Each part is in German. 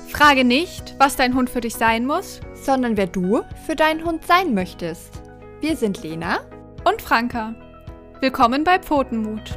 Frage nicht, was dein Hund für dich sein muss, sondern wer du für deinen Hund sein möchtest. Wir sind Lena und Franka. Willkommen bei Pfotenmut.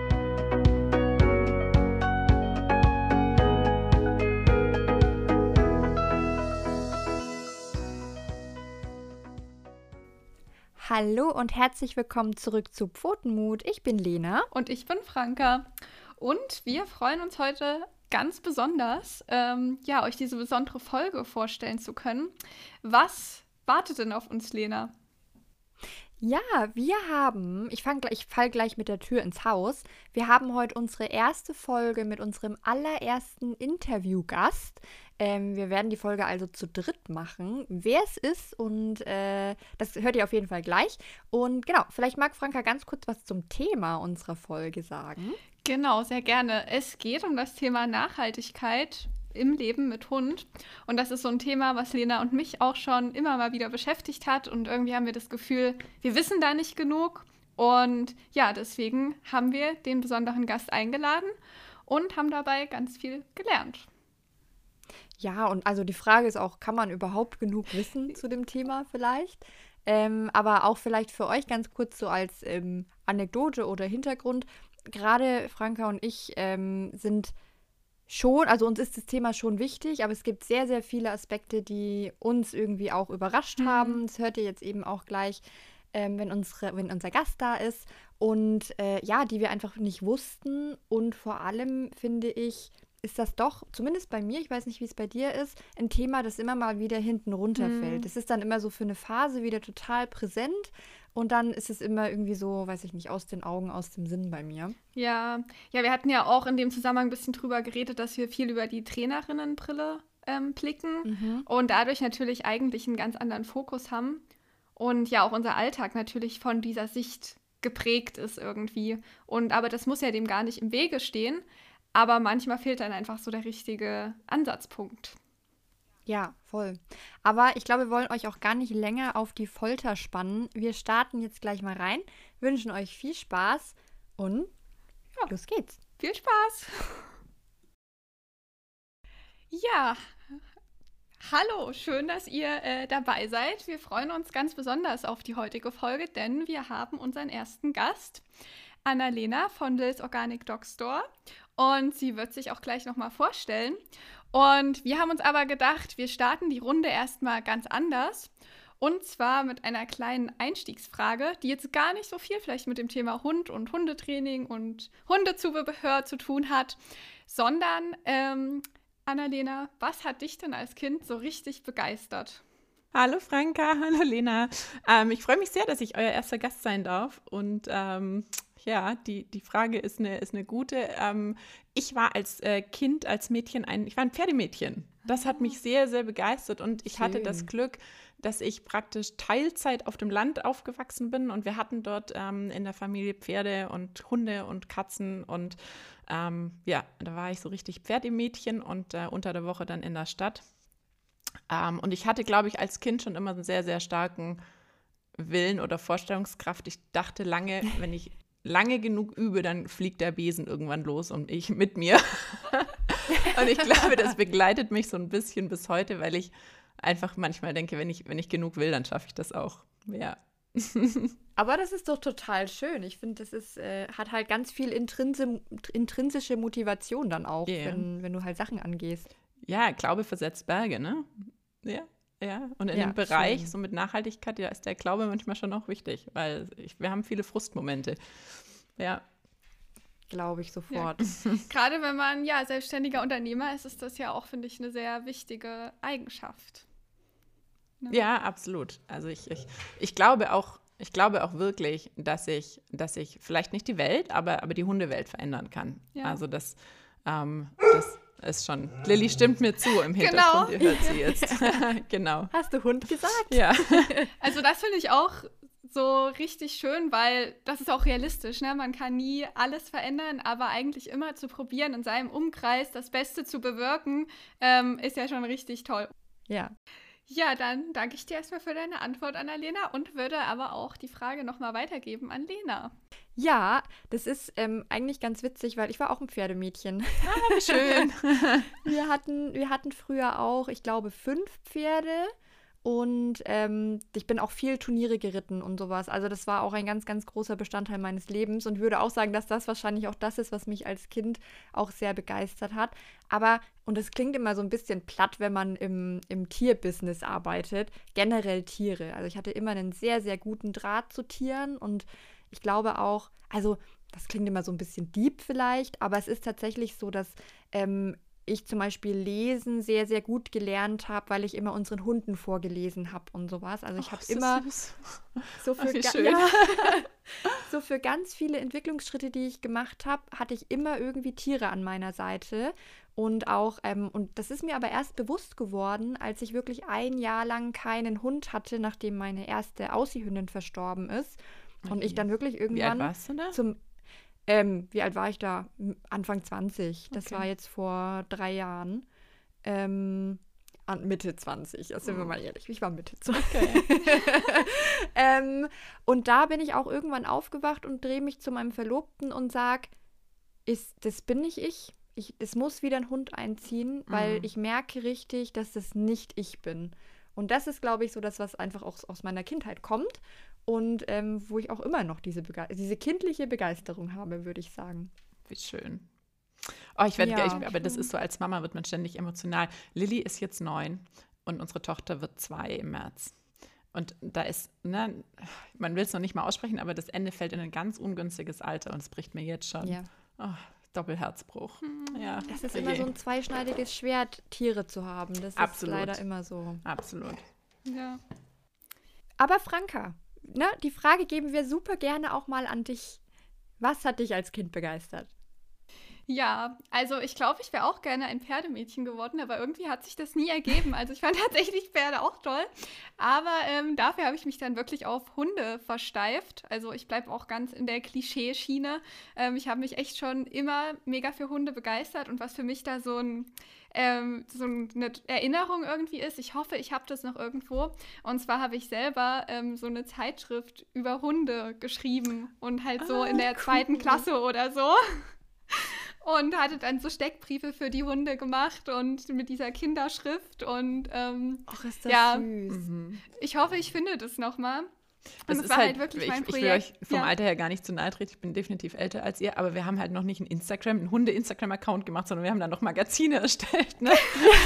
Hallo und herzlich willkommen zurück zu Pfotenmut. Ich bin Lena. Und ich bin Franka. Und wir freuen uns heute ganz besonders, euch diese besondere Folge vorstellen zu können. Was wartet denn auf uns, Lena? Ja, wir haben, ich fall gleich mit der Tür ins Haus. Wir haben heute unsere erste Folge mit unserem allerersten Interviewgast. Wir werden die Folge also zu dritt machen. Wer es ist und das hört ihr auf jeden Fall gleich. Und genau, vielleicht mag Franka ganz kurz was zum Thema unserer Folge sagen. Genau, sehr gerne. Es geht um das Thema Nachhaltigkeit im Leben mit Hund. Und das ist so ein Thema, was Lena und mich auch schon immer mal wieder beschäftigt hat. Und irgendwie haben wir das Gefühl, wir wissen da nicht genug. Und ja, deswegen haben wir den besonderen Gast eingeladen und haben dabei ganz viel gelernt. Ja, und also die Frage ist auch, kann man überhaupt genug wissen zu dem Thema vielleicht? Aber auch vielleicht für euch ganz kurz so als Anekdote oder Hintergrund. Gerade Franka und ich sind schon, also uns ist das Thema schon wichtig, aber es gibt sehr, sehr viele Aspekte, die uns irgendwie auch überrascht haben. Das hört ihr jetzt eben auch gleich, wenn unser Gast da ist. Und die wir einfach nicht wussten. Und vor allem finde ich, ist das doch, zumindest bei mir, ich weiß nicht, wie es bei dir ist, ein Thema, das immer mal wieder hinten runterfällt. Es ist dann immer so für eine Phase wieder total präsent und dann ist es immer irgendwie so, weiß ich nicht, aus den Augen, aus dem Sinn bei mir. Ja, wir hatten ja auch in dem Zusammenhang ein bisschen drüber geredet, dass wir viel über die Trainerinnenbrille blicken und dadurch natürlich eigentlich einen ganz anderen Fokus haben und ja auch unser Alltag natürlich von dieser Sicht geprägt ist irgendwie. Aber das muss ja dem gar nicht im Wege stehen. Aber manchmal fehlt dann einfach so der richtige Ansatzpunkt. Ja, voll. Aber ich glaube, wir wollen euch auch gar nicht länger auf die Folter spannen. Wir starten jetzt gleich mal rein, wünschen euch viel Spaß und los geht's. Viel Spaß! Ja, hallo, schön, dass ihr dabei seid. Wir freuen uns ganz besonders auf die heutige Folge, denn wir haben unseren ersten Gast, Annalena von Lil's Organic Dog Store. Und sie wird sich auch gleich nochmal vorstellen. Und wir haben uns aber gedacht, wir starten die Runde erstmal ganz anders. Und zwar mit einer kleinen Einstiegsfrage, die jetzt gar nicht so viel vielleicht mit dem Thema Hund und Hundetraining und Hundezubehör zu tun hat, sondern, Annalena, was hat dich denn als Kind so richtig begeistert? Hallo Franka, hallo Lena. Ich freue mich sehr, dass ich euer erster Gast sein darf. Und die Frage ist eine gute. Ich war als Kind, als Mädchen, ich war ein Pferdemädchen. Das hat mich sehr, sehr begeistert und ich hatte das Glück, dass ich praktisch Teilzeit auf dem Land aufgewachsen bin und wir hatten dort in der Familie Pferde und Hunde und Katzen und da war ich so richtig Pferdemädchen und unter der Woche dann in der Stadt. Und ich hatte, glaube ich, als Kind schon immer einen sehr, sehr starken Willen oder Vorstellungskraft. Ich dachte lange, wenn ich lange genug übe, dann fliegt der Besen irgendwann los und ich mit mir. Und ich glaube, das begleitet mich so ein bisschen bis heute, weil ich einfach manchmal denke, wenn ich genug will, dann schaffe ich das auch. Ja. Aber das ist doch total schön. Ich finde, das ist, hat halt ganz viel intrinsische Motivation dann auch, wenn du halt Sachen angehst. Ja, Glaube versetzt Berge, ne? Ja. Und in dem Bereich, schön. so mit Nachhaltigkeit, ja, ist der Glaube manchmal schon auch wichtig, weil wir haben viele Frustmomente. Ja. Glaube ich sofort. Ja. Gerade wenn man selbstständiger Unternehmer ist, ist das ja auch, finde ich, eine sehr wichtige Eigenschaft. Ne? Ja, absolut. Also ich glaube auch wirklich, dass ich vielleicht nicht die Welt, aber die Hundewelt verändern kann. Ja. Also das ist schon. Lilly stimmt mir zu im Hintergrund, Genau. Ihr hört sie jetzt. Genau. Hast du Hund gesagt? Ja. Also das finde ich auch so richtig schön, weil das ist auch realistisch, ne? Man kann nie alles verändern, aber eigentlich immer zu probieren, in seinem Umkreis das Beste zu bewirken, ist ja schon richtig toll. Ja. Ja, dann danke ich dir erstmal für deine Antwort, Annalena, und würde aber auch die Frage nochmal weitergeben an Lena. Ja, das ist eigentlich ganz witzig, weil ich war auch ein Pferdemädchen. Wie schön. Wir hatten früher auch, ich glaube, 5 Pferde und ich bin auch viel Turniere geritten und sowas. Also das war auch ein ganz, ganz großer Bestandteil meines Lebens und würde auch sagen, dass das wahrscheinlich auch das ist, was mich als Kind auch sehr begeistert hat. Aber, und es klingt immer so ein bisschen platt, wenn man im Tierbusiness arbeitet, generell Tiere. Also ich hatte immer einen sehr, sehr guten Draht zu Tieren und ich glaube auch, also das klingt immer so ein bisschen deep vielleicht, aber es ist tatsächlich so, dass ich zum Beispiel Lesen sehr, sehr gut gelernt habe, weil ich immer unseren Hunden vorgelesen habe und sowas. Also ich habe immer so für, so für ganz viele Entwicklungsschritte, die ich gemacht habe, hatte ich immer irgendwie Tiere an meiner Seite. Und auch, und das ist mir aber erst bewusst geworden, als ich wirklich ein Jahr lang keinen Hund hatte, nachdem meine erste Aussie-Hündin verstorben ist. Und ich dann wirklich irgendwann Wie alt warst du da? Wie alt war ich da? Anfang 20. Das war jetzt vor 3 Jahren. Mitte 20, das sind wir mal ehrlich. Ich war Mitte 20. Okay. Und da bin ich auch irgendwann aufgewacht und drehe mich zu meinem Verlobten und sage, das bin nicht ich. Es muss wieder ein Hund einziehen, weil ich merke richtig, dass das nicht ich bin. Und das ist, glaube ich, so das, was einfach auch aus meiner Kindheit kommt. Und wo ich auch immer noch diese kindliche Begeisterung habe, würde ich sagen. Wie schön. Oh, aber das ist so, als Mama wird man ständig emotional. Lilly ist jetzt 9 und unsere Tochter wird 2 im März. Und da ist, ne, man will es noch nicht mal aussprechen, aber das Ende fällt in ein ganz ungünstiges Alter und es bricht mir jetzt schon. Ja. Oh, Doppelherzbruch. Ja, es ist immer so ein zweischneidiges Schwert, Tiere zu haben. Das ist leider immer so. Absolut. Ja. Aber Franka, ne, die Frage geben wir super gerne auch mal an dich. Was hat dich als Kind begeistert? Ja, also ich glaube, ich wäre auch gerne ein Pferdemädchen geworden, aber irgendwie hat sich das nie ergeben. Also ich fand tatsächlich Pferde auch toll, aber dafür habe ich mich dann wirklich auf Hunde versteift. Also ich bleibe auch ganz in der Klischeeschiene. Ich habe mich echt schon immer mega für Hunde begeistert und was für mich da so eine Erinnerung irgendwie ist. Ich hoffe, ich habe das noch irgendwo. Und zwar habe ich selber so eine Zeitschrift über Hunde geschrieben und halt so in der 2. Klasse oder so. Und hatte dann so Steckbriefe für die Hunde gemacht und mit dieser Kinderschrift. Und ach, ist das süß. Mhm. Ich hoffe, ich finde das nochmal. Das Und ist war halt wirklich mein Ich will Projekt. euch vom Alter her gar nicht zu nahe treten. Ich bin definitiv älter als ihr, aber wir haben halt noch nicht einen Hunde-Instagram-Account gemacht, sondern wir haben dann noch Magazine erstellt. Ne?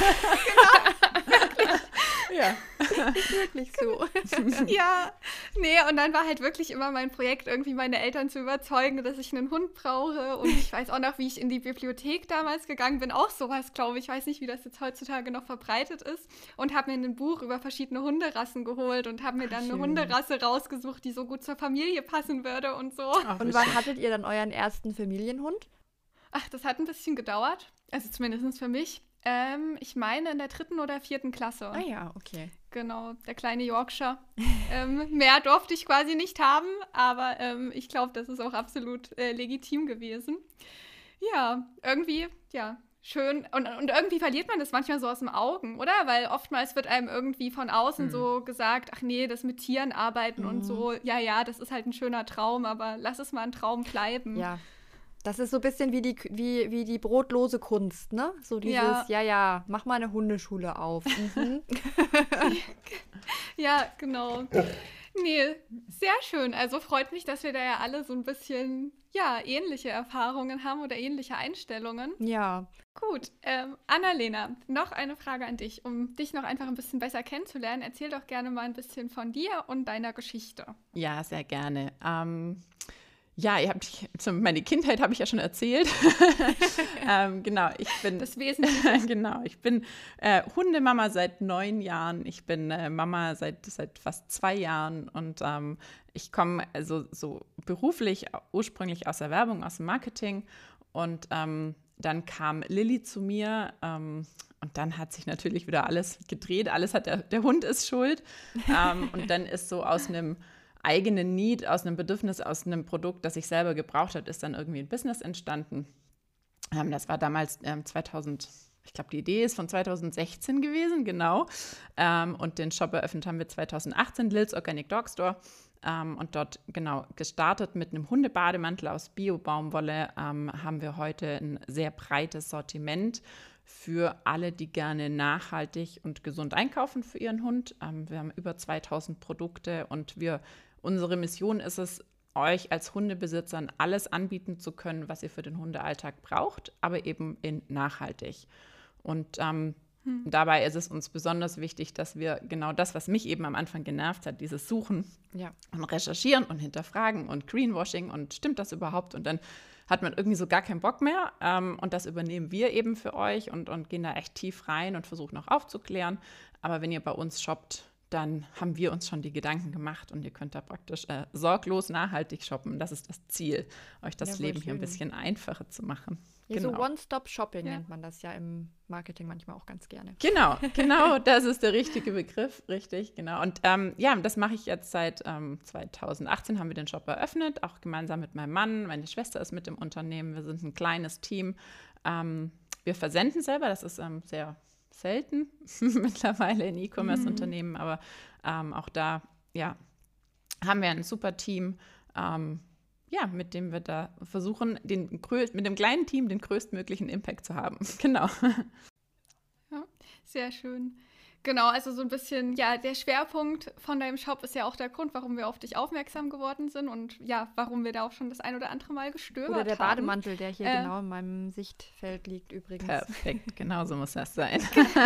Ja. Ist wirklich so. Ja, nee, und dann war halt wirklich immer mein Projekt, irgendwie meine Eltern zu überzeugen, dass ich einen Hund brauche. Und ich weiß auch noch, wie ich in die Bibliothek damals gegangen bin. Auch sowas, glaube ich. Ich weiß nicht, wie das jetzt heutzutage noch verbreitet ist. Und habe mir ein Buch über verschiedene Hunderassen geholt und habe mir dann eine Hunderasse rausgesucht, die so gut zur Familie passen würde und so. Ach, Und wann hattet ihr dann euren ersten Familienhund? Ach, das hat ein bisschen gedauert. Also zumindest für mich. Ich meine in der 3. oder 4. Klasse. Ah ja, okay. Genau, der kleine Yorkshire. Mehr durfte ich quasi nicht haben, aber ich glaube, das ist auch absolut legitim gewesen. Ja, irgendwie, ja, schön. Und irgendwie verliert man das manchmal so aus den Augen, oder? Weil oftmals wird einem irgendwie von außen so gesagt, ach nee, das mit Tieren arbeiten und so, ja, das ist halt ein schöner Traum, aber lass es mal ein Traum bleiben. Ja. Das ist so ein bisschen wie die brotlose Kunst, ne? So dieses, ja, mach mal eine Hundeschule auf. Mhm. Ja, genau. Nee, sehr schön. Also freut mich, dass wir da ja alle so ein bisschen, ja, ähnliche Erfahrungen haben oder ähnliche Einstellungen. Ja. Gut, Annalena, noch eine Frage an dich, um dich noch einfach ein bisschen besser kennenzulernen. Erzähl doch gerne mal ein bisschen von dir und deiner Geschichte. Ja, sehr gerne. Ja, meine Kindheit habe ich ja schon erzählt. Genau, ich bin das Wesentliche. Genau, ich bin Hundemama seit 9 Jahren. Ich bin Mama seit fast 2 Jahren und ich komme also so beruflich ursprünglich aus der Werbung, aus dem Marketing und dann kam Lilly zu mir und dann hat sich natürlich wieder alles gedreht. Alles hat der Hund ist schuld und dann ist so aus einem eigenen Need, aus einem Bedürfnis, aus einem Produkt, das ich selber gebraucht habe, ist dann irgendwie ein Business entstanden. Das war damals 2000, ich glaube, die Idee ist von 2016 gewesen, genau. Und den Shop eröffnet haben wir 2018, Lil's Organic Dog Store. Und dort genau gestartet mit einem Hundebademantel aus Bio-Baumwolle haben wir heute ein sehr breites Sortiment für alle, die gerne nachhaltig und gesund einkaufen für ihren Hund. Wir haben über 2000 Produkte und unsere Mission ist es, euch als Hundebesitzern alles anbieten zu können, was ihr für den Hundealltag braucht, aber eben in nachhaltig. Und dabei ist es uns besonders wichtig, dass wir genau das, was mich eben am Anfang genervt hat, dieses Suchen und Recherchieren und Hinterfragen und Greenwashing und stimmt das überhaupt? Und dann hat man irgendwie so gar keinen Bock mehr. Und das übernehmen wir eben für euch und gehen da echt tief rein und versuchen auch aufzuklären. Aber wenn ihr bei uns shoppt, dann haben wir uns schon die Gedanken gemacht und ihr könnt da praktisch sorglos nachhaltig shoppen. Das ist das Ziel, euch das Leben hier ein bisschen einfacher zu machen. Ja, genau. So One-Stop-Shopping nennt man das ja im Marketing manchmal auch ganz gerne. Genau, das ist der richtige Begriff, richtig, genau. Und das mache ich jetzt seit 2018 haben wir den Shop eröffnet, auch gemeinsam mit meinem Mann. Meine Schwester ist mit im Unternehmen, wir sind ein kleines Team. Wir versenden selber, das ist sehr selten mittlerweile in E-Commerce-Unternehmen, aber auch da, haben wir ein super Team, mit dem wir da versuchen, mit dem kleinen Team den größtmöglichen Impact zu haben. Genau. Ja, sehr schön. Genau, also so ein bisschen, der Schwerpunkt von deinem Shop ist ja auch der Grund, warum wir auf dich aufmerksam geworden sind und warum wir da auch schon das ein oder andere Mal gestöbert haben. Oder der Bademantel, der hier genau in meinem Sichtfeld liegt übrigens. Perfekt, genau so muss das sein.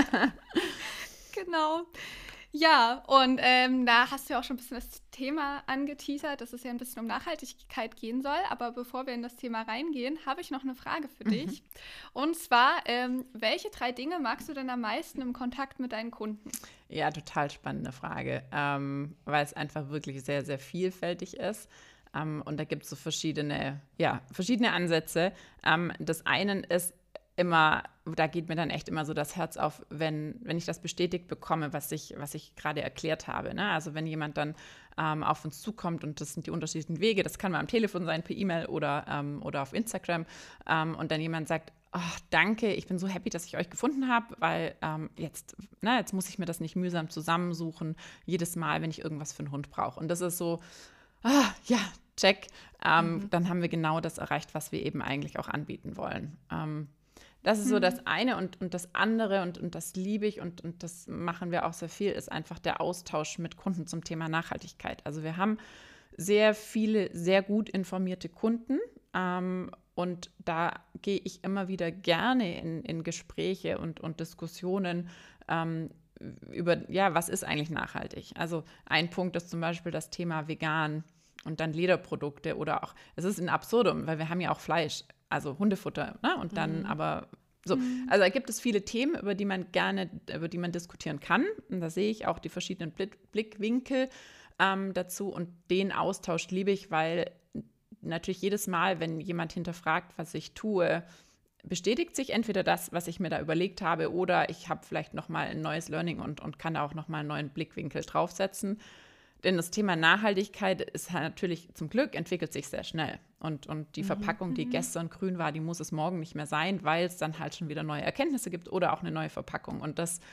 Genau. Ja, und da hast du ja auch schon ein bisschen das Thema angeteasert, dass es ja ein bisschen um Nachhaltigkeit gehen soll. Aber bevor wir in das Thema reingehen, habe ich noch eine Frage für dich. Und zwar, welche 3 Dinge magst du denn am meisten im Kontakt mit deinen Kunden? Ja, total spannende Frage, weil es einfach wirklich sehr, sehr vielfältig ist. Und da gibt es so verschiedene Ansätze. Das eine ist immer, da geht mir dann echt immer so das Herz auf, wenn ich das bestätigt bekomme, was ich gerade erklärt habe. Ne? Also wenn jemand dann auf uns zukommt und das sind die unterschiedlichen Wege, das kann mal am Telefon sein, per E-Mail oder auf Instagram und dann jemand sagt, oh, danke, ich bin so happy, dass ich euch gefunden habe, weil jetzt muss ich mir das nicht mühsam zusammensuchen, jedes Mal, wenn ich irgendwas für einen Hund brauche. Und das ist so, check, dann haben wir genau das erreicht, was wir eben eigentlich auch anbieten wollen. Das ist so das eine und das andere und das liebe ich und das machen wir auch sehr viel, ist einfach der Austausch mit Kunden zum Thema Nachhaltigkeit. Also wir haben sehr viele, sehr gut informierte Kunden und da gehe ich immer wieder gerne in Gespräche und Diskussionen über, was ist eigentlich nachhaltig? Also ein Punkt ist zum Beispiel das Thema vegan und dann Lederprodukte oder auch, es ist ein Absurdum, weil wir haben ja auch Fleisch, also Hundefutter, ne? Und dann aber so. Also da gibt es viele Themen, über die man diskutieren kann. Und da sehe ich auch die verschiedenen Blickwinkel dazu. Und den Austausch liebe ich, weil natürlich jedes Mal, wenn jemand hinterfragt, was ich tue, bestätigt sich entweder das, was ich mir da überlegt habe, oder ich habe vielleicht nochmal ein neues Learning und kann da auch nochmal einen neuen Blickwinkel draufsetzen. Denn das Thema Nachhaltigkeit ist halt natürlich, zum Glück, entwickelt sich sehr schnell. Und die Verpackung, die gestern grün war, die muss es morgen nicht mehr sein, weil es dann halt schon wieder neue Erkenntnisse gibt oder auch eine neue Verpackung. Und das,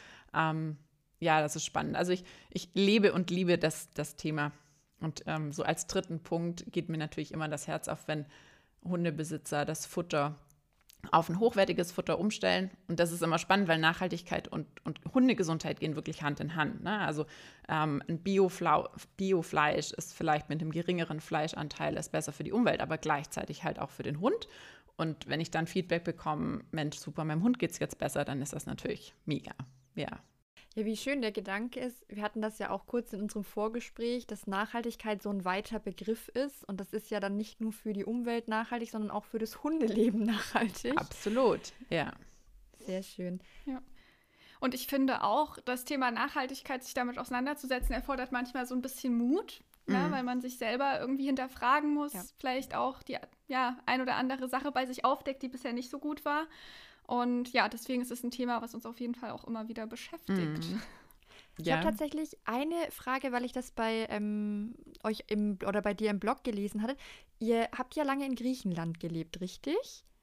das ist spannend. Also ich lebe und liebe das Thema. Und so als dritten Punkt geht mir natürlich immer das Herz auf, wenn Hundebesitzer das Futter auf ein hochwertiges Futter umstellen. Und das ist immer spannend, weil Nachhaltigkeit und Hundegesundheit gehen wirklich Hand in Hand. Ne? Also ein Biofleisch ist vielleicht mit einem geringeren Fleischanteil ist besser für die Umwelt, aber gleichzeitig halt auch für den Hund. Und wenn ich dann Feedback bekomme, Mensch, super, meinem Hund geht es jetzt besser, dann ist das natürlich mega. Ja. Ja, wie schön der Gedanke ist, wir hatten das ja auch kurz in unserem Vorgespräch, dass Nachhaltigkeit so ein weiter Begriff ist und das ist ja dann nicht nur für die Umwelt nachhaltig, sondern auch für das Hundeleben nachhaltig. Absolut, ja. Sehr schön. Ja. Und ich finde auch, das Thema Nachhaltigkeit, sich damit auseinanderzusetzen, erfordert manchmal so ein bisschen Mut, weil man sich selber irgendwie hinterfragen muss, vielleicht auch die ein oder andere Sache bei sich aufdeckt, die bisher nicht so gut war. Und deswegen ist es ein Thema, was uns auf jeden Fall auch immer wieder beschäftigt. Ich habe tatsächlich eine Frage, weil ich das bei euch bei dir im Blog gelesen hatte. Ihr habt ja lange in Griechenland gelebt, richtig?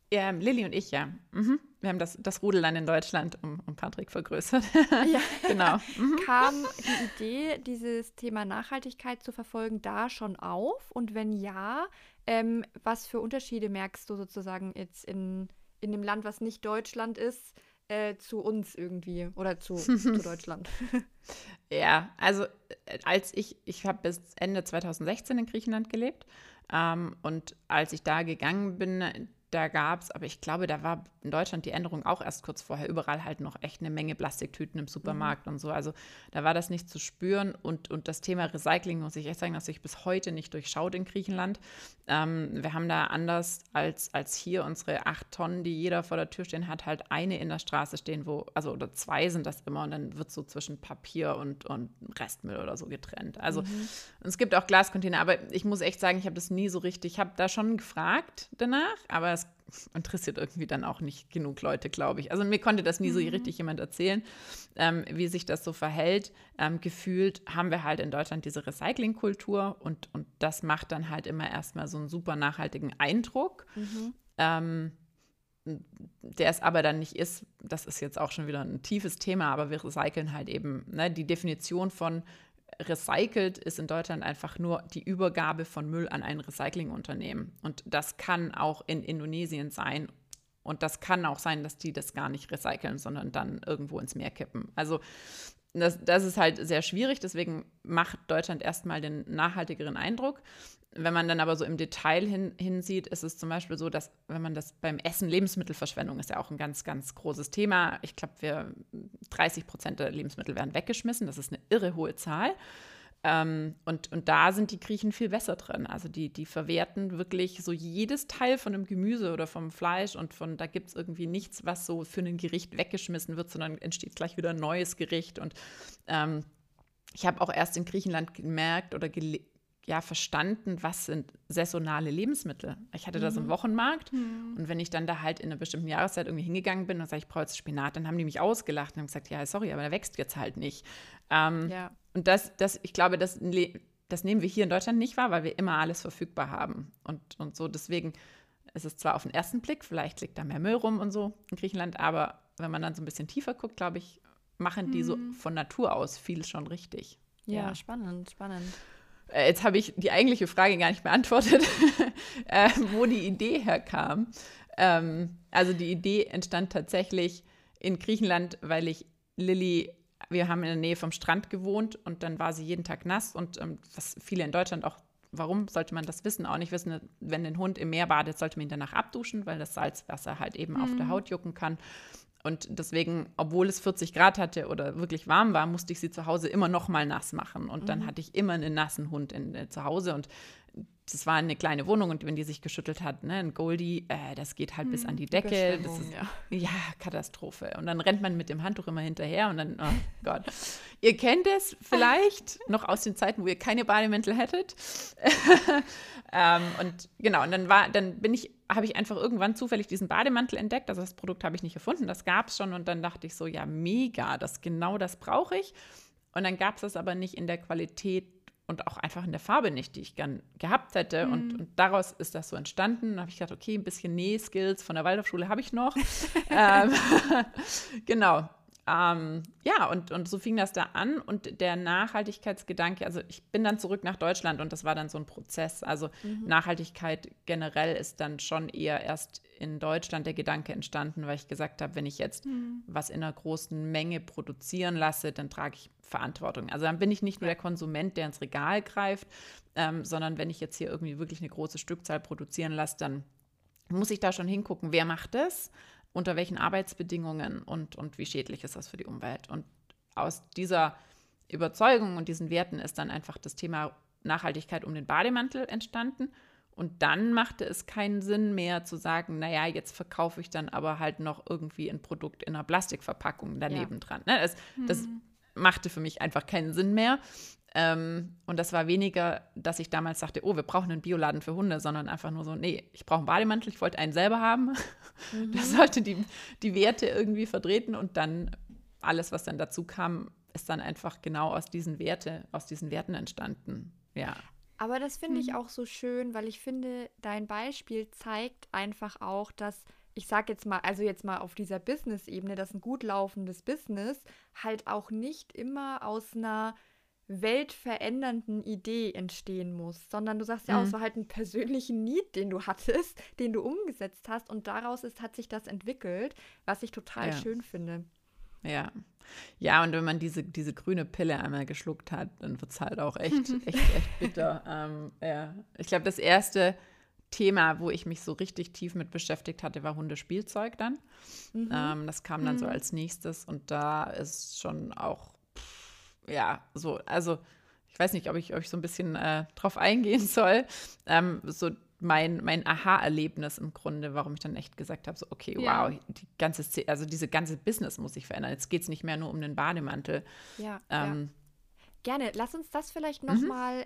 Lilly und ich, ja. Mhm. Wir haben das Rudel dann in Deutschland um Patrick vergrößert. Ja. Genau. Mhm. Kam die Idee, dieses Thema Nachhaltigkeit zu verfolgen, da schon auf? Und wenn ja, was für Unterschiede merkst du sozusagen jetzt in dem Land, was nicht Deutschland ist, zu uns irgendwie oder zu Deutschland? Ja, also ich habe bis Ende 2016 in Griechenland gelebt, und als ich da gegangen bin, da gab es, aber ich glaube, da war in Deutschland die Änderung auch erst kurz vorher, überall halt noch echt eine Menge Plastiktüten im Supermarkt und so, also da war das nicht zu spüren und das Thema Recycling, muss ich echt sagen, dass sich bis heute nicht durchschaut in Griechenland. Wir haben da anders als hier unsere 8 Tonnen, die jeder vor der Tür stehen hat, halt eine in der Straße stehen, oder 2 sind das immer und dann wird so zwischen Papier und Restmüll oder so getrennt. Also es gibt auch Glascontainer, aber ich muss echt sagen, ich habe das nie so richtig, ich habe da schon gefragt danach, aber es interessiert irgendwie dann auch nicht genug Leute, glaube ich. Also mir konnte das nie so richtig jemand erzählen, wie sich das so verhält. Gefühlt haben wir halt in Deutschland diese Recyclingkultur und das macht dann halt immer erstmal so einen super nachhaltigen Eindruck. Der es aber dann nicht ist, das ist jetzt auch schon wieder ein tiefes Thema, aber wir recyceln halt eben, ne, die Definition von recycelt ist in Deutschland einfach nur die Übergabe von Müll an ein Recyclingunternehmen. Und das kann auch in Indonesien sein. Und das kann auch sein, dass die das gar nicht recyceln, sondern dann irgendwo ins Meer kippen. Also das ist halt sehr schwierig. Deswegen macht Deutschland erstmal den nachhaltigeren Eindruck. Wenn man dann aber so im Detail hinsieht, ist es zum Beispiel so, dass wenn man das beim Essen, Lebensmittelverschwendung ist ja auch ein ganz, ganz großes Thema. Ich glaube, 30% der Lebensmittel werden weggeschmissen. Das ist eine irre hohe Zahl. Und da sind die Griechen viel besser drin. Also die verwerten wirklich so jedes Teil von dem Gemüse oder vom Fleisch und da gibt es irgendwie nichts, was so für ein Gericht weggeschmissen wird, sondern entsteht gleich wieder ein neues Gericht. Und ich habe auch erst in Griechenland gemerkt oder verstanden, was sind saisonale Lebensmittel. Ich hatte da so einen Wochenmarkt und wenn ich dann da halt in einer bestimmten Jahreszeit irgendwie hingegangen bin und sage, ich brauche jetzt Spinat, dann haben die mich ausgelacht und haben gesagt, ja, sorry, aber der wächst jetzt halt nicht. Und ich glaube, das nehmen wir hier in Deutschland nicht wahr, weil wir immer alles verfügbar haben. Und so deswegen ist es zwar auf den ersten Blick, vielleicht liegt da mehr Müll rum und so in Griechenland, aber wenn man dann so ein bisschen tiefer guckt, glaube ich, machen die so von Natur aus viel schon richtig. Ja, spannend. Jetzt habe ich die eigentliche Frage gar nicht beantwortet, wo die Idee herkam. Also die Idee entstand tatsächlich in Griechenland, weil wir haben in der Nähe vom Strand gewohnt und dann war sie jeden Tag nass und was viele in Deutschland auch, warum sollte man das wissen, auch nicht wissen, wenn ein Hund im Meer badet, sollte man ihn danach abduschen, weil das Salzwasser halt eben auf der Haut jucken kann. Und deswegen, obwohl es 40 Grad hatte oder wirklich warm war, musste ich sie zu Hause immer noch mal nass machen. Und dann hatte ich immer einen nassen Hund zu Hause. Und das war eine kleine Wohnung. Und wenn die sich geschüttelt hat, ne, ein Goldie, das geht halt bis an die Decke. Das ist Katastrophe. Und dann rennt man mit dem Handtuch immer hinterher. Und dann, oh Gott. Ihr kennt es vielleicht noch aus den Zeiten, wo ihr keine Bademäntel hättet. Und genau, und dann habe ich einfach irgendwann zufällig diesen Bademantel entdeckt. Also das Produkt habe ich nicht erfunden, das gab es schon. Und dann dachte ich so, ja, mega, genau das brauche ich. Und dann gab es das aber nicht in der Qualität und auch einfach in der Farbe nicht, die ich gern gehabt hätte. Und daraus ist das so entstanden. Dann habe ich gedacht, okay, ein bisschen Nähskills von der Waldorfschule habe ich noch. Genau. Und so fing das da an und der Nachhaltigkeitsgedanke, also ich bin dann zurück nach Deutschland und das war dann so ein Prozess. Also Nachhaltigkeit generell ist dann schon eher erst in Deutschland der Gedanke entstanden, weil ich gesagt habe, wenn ich jetzt was in einer großen Menge produzieren lasse, dann trage ich Verantwortung. Also dann bin ich nicht nur der Konsument, der ins Regal greift, sondern wenn ich jetzt hier irgendwie wirklich eine große Stückzahl produzieren lasse, dann muss ich da schon hingucken, wer macht das? Unter welchen Arbeitsbedingungen und wie schädlich ist das für die Umwelt. Und aus dieser Überzeugung und diesen Werten ist dann einfach das Thema Nachhaltigkeit um den Bademantel entstanden. Und dann machte es keinen Sinn mehr zu sagen, naja, jetzt verkaufe ich dann aber halt noch irgendwie ein Produkt in einer Plastikverpackung daneben dran. Ne? Das machte für mich einfach keinen Sinn mehr. Und das war weniger, dass ich damals dachte, oh, wir brauchen einen Bioladen für Hunde, sondern einfach nur so, nee, ich brauche einen Bademantel, ich wollte einen selber haben. Das sollte die Werte irgendwie vertreten und dann alles, was dann dazu kam, ist dann einfach genau aus diesen Werten entstanden. Ja. Aber das finde ich auch so schön, weil ich finde, dein Beispiel zeigt einfach auch, dass, ich sage jetzt mal, also jetzt mal auf dieser Business-Ebene, dass ein gut laufendes Business halt auch nicht immer aus einer weltverändernden Idee entstehen muss, sondern du sagst ja auch, es Mhm. war halt einen persönlichen Need, den du hattest, den du umgesetzt hast und daraus hat sich das entwickelt, was ich total Ja, schön finde. ja. Ja, und wenn man diese grüne Pille einmal geschluckt hat, dann wird es halt auch echt bitter. Ja. Ich glaube, das erste Thema, wo ich mich so richtig tief mit beschäftigt hatte, war Hundespielzeug dann. Mhm. Das kam dann so als nächstes und da ist schon auch, ja, so, also ich weiß nicht, ob ich so ein bisschen drauf eingehen soll. So mein Aha-Erlebnis im Grunde, warum ich dann echt gesagt habe, so, okay, Ja, wow, also diese ganze Business muss sich verändern. Jetzt geht es nicht mehr nur um den Bademantel. Ja, ja. Ähm, Gerne. Lass uns das vielleicht mhm, nochmal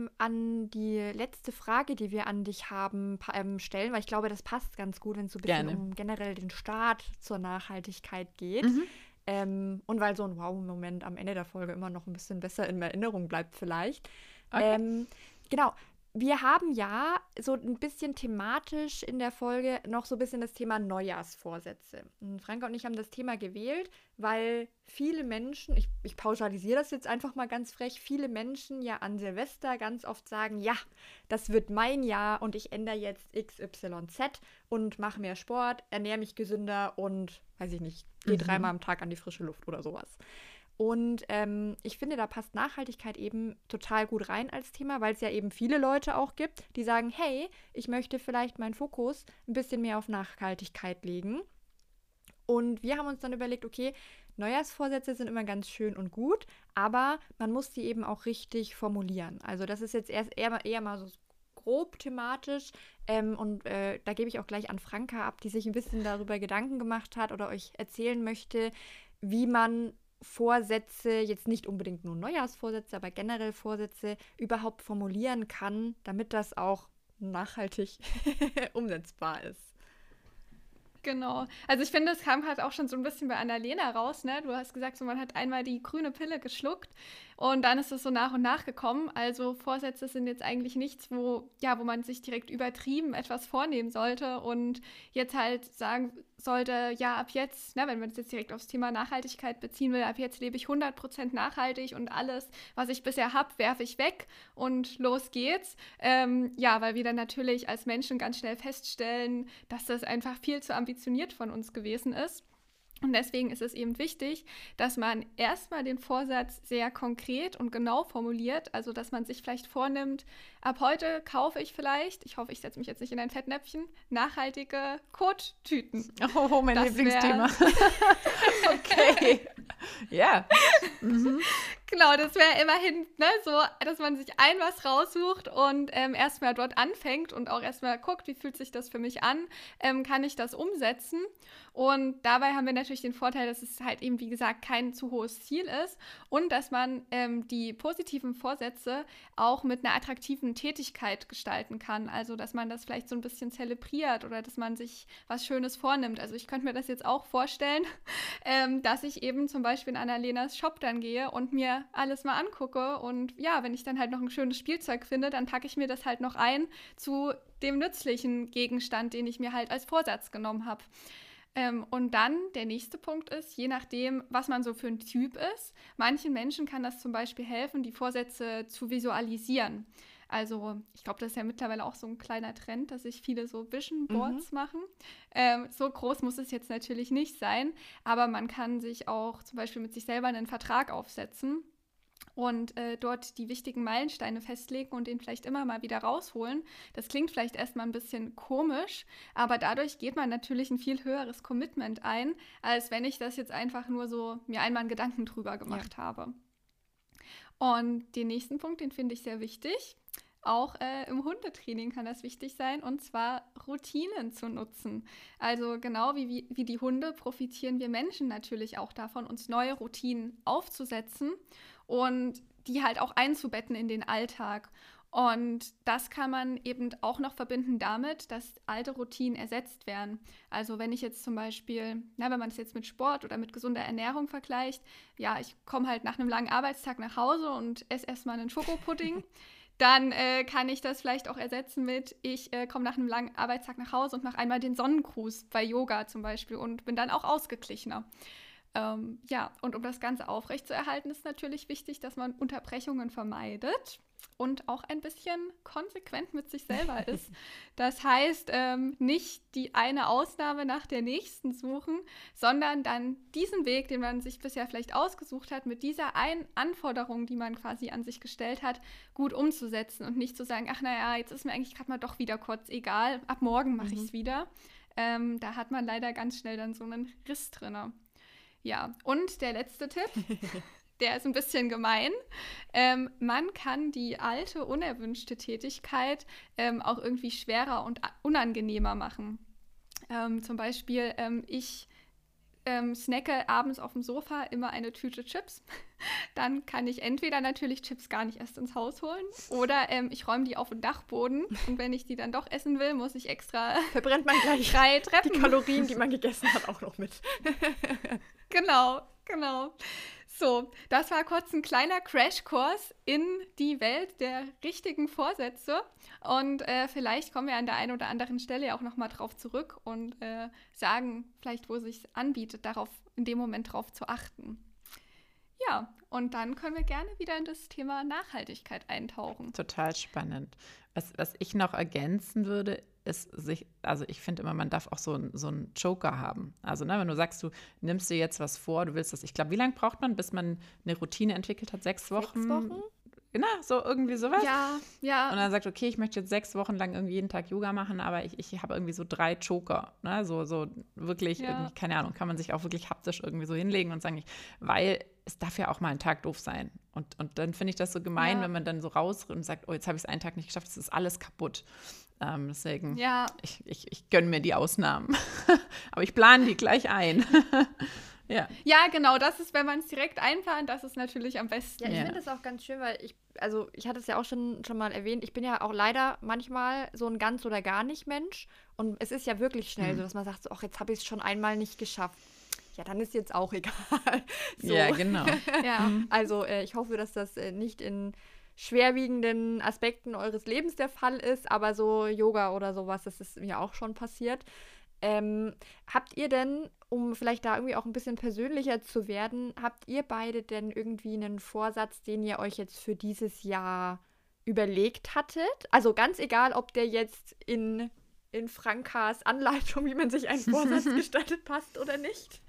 an die letzte Frage, die wir an dich haben, stellen, weil ich glaube, das passt ganz gut, wenn es so ein bisschen gerne. um generell den Start zur Nachhaltigkeit geht. Mhm, Und weil so ein Wow-Moment am Ende der Folge immer noch ein bisschen besser in Erinnerung bleibt vielleicht. okay, Ähm, genau. Wir haben ja so ein bisschen thematisch in der Folge noch so ein bisschen das Thema Neujahrsvorsätze. Und Franka und ich haben das Thema gewählt, weil viele Menschen, ich pauschalisiere das jetzt einfach mal ganz frech, viele Menschen ja an Silvester ganz oft sagen, ja, das wird mein Jahr und ich ändere jetzt XYZ und mache mehr Sport, ernähre mich gesünder und, weiß ich nicht, gehe mhm, dreimal am Tag an die frische Luft oder sowas. Und ich finde, da passt Nachhaltigkeit eben total gut rein als Thema, weil es ja eben viele Leute auch gibt, die sagen, hey, ich möchte vielleicht meinen Fokus ein bisschen mehr auf Nachhaltigkeit legen. Und wir haben uns dann überlegt, okay, Neujahrsvorsätze sind immer ganz schön und gut, aber man muss die eben auch richtig formulieren. Also das ist jetzt erst eher mal so grob thematisch und da gebe ich auch gleich an Franka ab, die sich ein bisschen darüber Gedanken gemacht hat oder euch erzählen möchte, wie man Vorsätze, jetzt nicht unbedingt nur Neujahrsvorsätze, aber generell Vorsätze überhaupt formulieren kann, damit das auch nachhaltig umsetzbar ist. genau. Also ich finde, es kam halt auch schon so ein bisschen bei Annalena raus, ne? Du hast gesagt, so man hat einmal die grüne Pille geschluckt und dann ist es so nach und nach gekommen. Also Vorsätze sind jetzt eigentlich nichts, wo man sich direkt übertrieben etwas vornehmen sollte und jetzt halt sagen sollte, ja, ab jetzt, ne, wenn man es jetzt direkt aufs Thema Nachhaltigkeit beziehen will, ab jetzt lebe ich 100% nachhaltig und alles, was ich bisher habe, werfe ich weg und los geht's. Ja, weil wir dann natürlich als Menschen ganz schnell feststellen, dass das einfach viel zu ambitioniert von uns gewesen ist. Und deswegen ist es eben wichtig, dass man erstmal den Vorsatz sehr konkret und genau formuliert, also dass man sich vielleicht vornimmt, ab heute kaufe ich vielleicht, ich hoffe, ich setze mich jetzt nicht in ein Fettnäpfchen, nachhaltige Kottüten. oh, mein Das wäre Lieblingsthema. Okay, ja, mhm, Genau, das wäre immerhin ne, so, dass man sich ein was raussucht und erstmal dort anfängt und auch erstmal guckt, wie fühlt sich das für mich an, kann ich das umsetzen. Und dabei haben wir natürlich den Vorteil, dass es halt eben, wie gesagt, kein zu hohes Ziel ist und dass man die positiven Vorsätze auch mit einer attraktiven Tätigkeit gestalten kann. Also, dass man das vielleicht so ein bisschen zelebriert oder dass man sich was Schönes vornimmt. Also, ich könnte mir das jetzt auch vorstellen, dass ich eben zum Beispiel in Annalenas Shop dann gehe und mir alles mal angucke. Und ja, wenn ich dann halt noch ein schönes Spielzeug finde, dann packe ich mir das halt noch ein zu dem nützlichen Gegenstand, den ich mir halt als Vorsatz genommen habe. Und dann der nächste Punkt ist, je nachdem, was man so für ein Typ ist, manchen Menschen kann das zum Beispiel helfen, die Vorsätze zu visualisieren. Also ich glaube, das ist ja mittlerweile auch so ein kleiner Trend, dass sich viele so Vision Mhm. Boards machen. So groß muss es jetzt natürlich nicht sein, aber man kann sich auch zum Beispiel mit sich selber einen Vertrag aufsetzen und dort die wichtigen Meilensteine festlegen und den vielleicht immer mal wieder rausholen. Das klingt vielleicht erstmal ein bisschen komisch, aber dadurch geht man natürlich ein viel höheres Commitment ein, als wenn ich das jetzt einfach nur so mir einmal einen Gedanken drüber Ja. gemacht habe. Und den nächsten Punkt, den finde ich sehr wichtig. Auch im Hundetraining kann das wichtig sein, und zwar Routinen zu nutzen. Also genau wie die Hunde profitieren wir Menschen natürlich auch davon, uns neue Routinen aufzusetzen und die halt auch einzubetten in den Alltag. Und das kann man eben auch noch verbinden damit, dass alte Routinen ersetzt werden. Also wenn ich jetzt zum Beispiel, wenn man es jetzt mit Sport oder mit gesunder Ernährung vergleicht, ja, ich komme halt nach einem langen Arbeitstag nach Hause und esse erstmal einen Schokopudding, dann kann ich das vielleicht auch ersetzen mit, ich komme nach einem langen Arbeitstag nach Hause und mache einmal den Sonnengruß bei Yoga zum Beispiel und bin dann auch ausgeglichener. Ja, und um das Ganze aufrechtzuerhalten, ist natürlich wichtig, dass man Unterbrechungen vermeidet und auch ein bisschen konsequent mit sich selber ist. Das heißt, nicht die eine Ausnahme nach der nächsten suchen, sondern dann diesen Weg, den man sich bisher vielleicht ausgesucht hat, mit dieser einen Anforderung, die man quasi an sich gestellt hat, gut umzusetzen und nicht zu sagen, ach naja, jetzt ist mir eigentlich gerade mal doch wieder kurz egal, ab morgen mache ich es wieder. Da hat man leider ganz schnell dann so einen Riss drin. Ja, und der letzte Tipp, der ist ein bisschen gemein. Man kann die alte, unerwünschte Tätigkeit auch irgendwie schwerer und unangenehmer machen. Zum Beispiel, ich snacke abends auf dem Sofa immer eine Tüte Chips. Dann kann ich entweder natürlich Chips gar nicht erst ins Haus holen oder ich räume die auf den Dachboden und wenn ich die dann doch essen will, muss ich extra verbrennt man gleich 3 Treppen. Die Kalorien, die man gegessen hat, auch noch mit. Genau. So, das war kurz ein kleiner Crashkurs in die Welt der richtigen Vorsätze. Und vielleicht kommen wir an der einen oder anderen Stelle auch nochmal drauf zurück und sagen vielleicht, wo es sich anbietet, darauf in dem Moment drauf zu achten. Ja, und dann können wir gerne wieder in das Thema Nachhaltigkeit eintauchen. Total spannend. Was ich noch ergänzen würde, ist also ich finde immer, man darf auch so einen Joker haben. Also wenn du sagst, du nimmst dir jetzt was vor, du willst das, ich glaube, wie lange braucht man, bis man eine Routine entwickelt hat? 6 Wochen? 6 Wochen? Genau, so irgendwie sowas. Ja. Und dann sagt, okay, ich möchte jetzt 6 Wochen lang irgendwie jeden Tag Yoga machen, aber ich habe irgendwie so 3 Joker. Ne? So wirklich, irgendwie, keine Ahnung, kann man sich auch wirklich haptisch irgendwie so hinlegen und sagen, weil es darf ja auch mal ein Tag doof sein. Und dann finde ich das so gemein, wenn man dann so rausrennt und sagt, oh, jetzt habe ich es einen Tag nicht geschafft, es ist alles kaputt. Deswegen, ich gönne mir die Ausnahmen. Aber ich plane die gleich ein. Ja, genau, das ist, wenn man es direkt einplant, das ist natürlich am besten. Ja, ich finde das auch ganz schön, weil ich hatte es ja auch schon mal erwähnt, ich bin ja auch leider manchmal so ein ganz oder gar nicht Mensch und es ist ja wirklich schnell so, dass man sagt, so, ach, jetzt habe ich es schon einmal nicht geschafft. Ja, dann ist jetzt auch egal. So. Ja, genau. Also ich hoffe, dass das nicht in schwerwiegenden Aspekten eures Lebens der Fall ist, aber so Yoga oder sowas, das ist mir auch schon passiert. Habt ihr denn, um vielleicht da irgendwie auch ein bisschen persönlicher zu werden, habt ihr beide denn irgendwie einen Vorsatz, den ihr euch jetzt für dieses Jahr überlegt hattet? Also ganz egal, ob der jetzt in Frankas Anleitung, wie man sich einen Vorsatz gestaltet, passt oder nicht?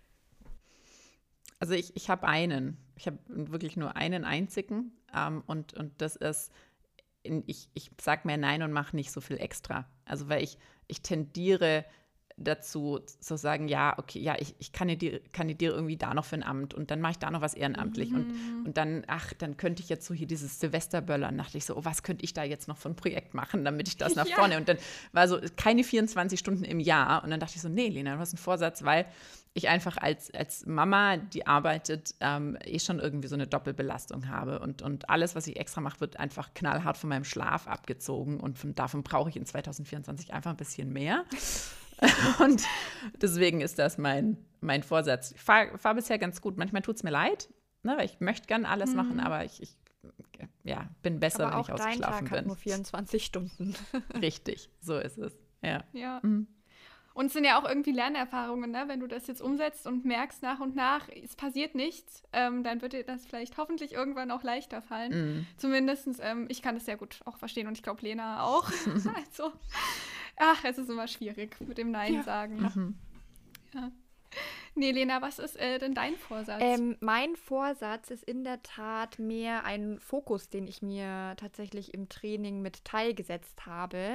Also ich habe einen. Ich habe wirklich nur einen einzigen. Und das ist, ich sage mehr Nein und mache nicht so viel extra. Also weil ich tendiere dazu zu sagen, ja, okay, ja, ich kandidiere irgendwie da noch für ein Amt und dann mache ich da noch was ehrenamtlich und dann könnte ich jetzt so hier dieses Silvesterböllern, dachte ich so, oh, was könnte ich da jetzt noch für ein Projekt machen, damit ich das nach vorne und dann war so keine 24 Stunden im Jahr und dann dachte ich so, nee, Lena, du hast einen Vorsatz, weil ich einfach als Mama, die arbeitet, schon irgendwie so eine Doppelbelastung habe und alles, was ich extra mache, wird einfach knallhart von meinem Schlaf abgezogen und davon brauche ich in 2024 einfach ein bisschen mehr. Und deswegen ist das mein Vorsatz. Ich fahr bisher ganz gut. Manchmal tut es mir leid, ne, weil ich möchte gern alles machen, aber ich bin besser, aber wenn ich ausgeschlafen dein Tag bin. hat nur 24 Stunden. Richtig, so ist es. Ja. Und es sind ja auch irgendwie Lernerfahrungen, ne? Wenn du das jetzt umsetzt und merkst nach und nach, es passiert nichts, dann wird dir das vielleicht hoffentlich irgendwann auch leichter fallen. Zumindest, ich kann das sehr gut auch verstehen und ich glaube, Lena auch. Also, es ist immer schwierig mit dem Nein sagen. Ja. Nee, Lena, was ist denn dein Vorsatz? Mein Vorsatz ist in der Tat mehr ein Fokus, den ich mir tatsächlich im Training mit teilgesetzt habe,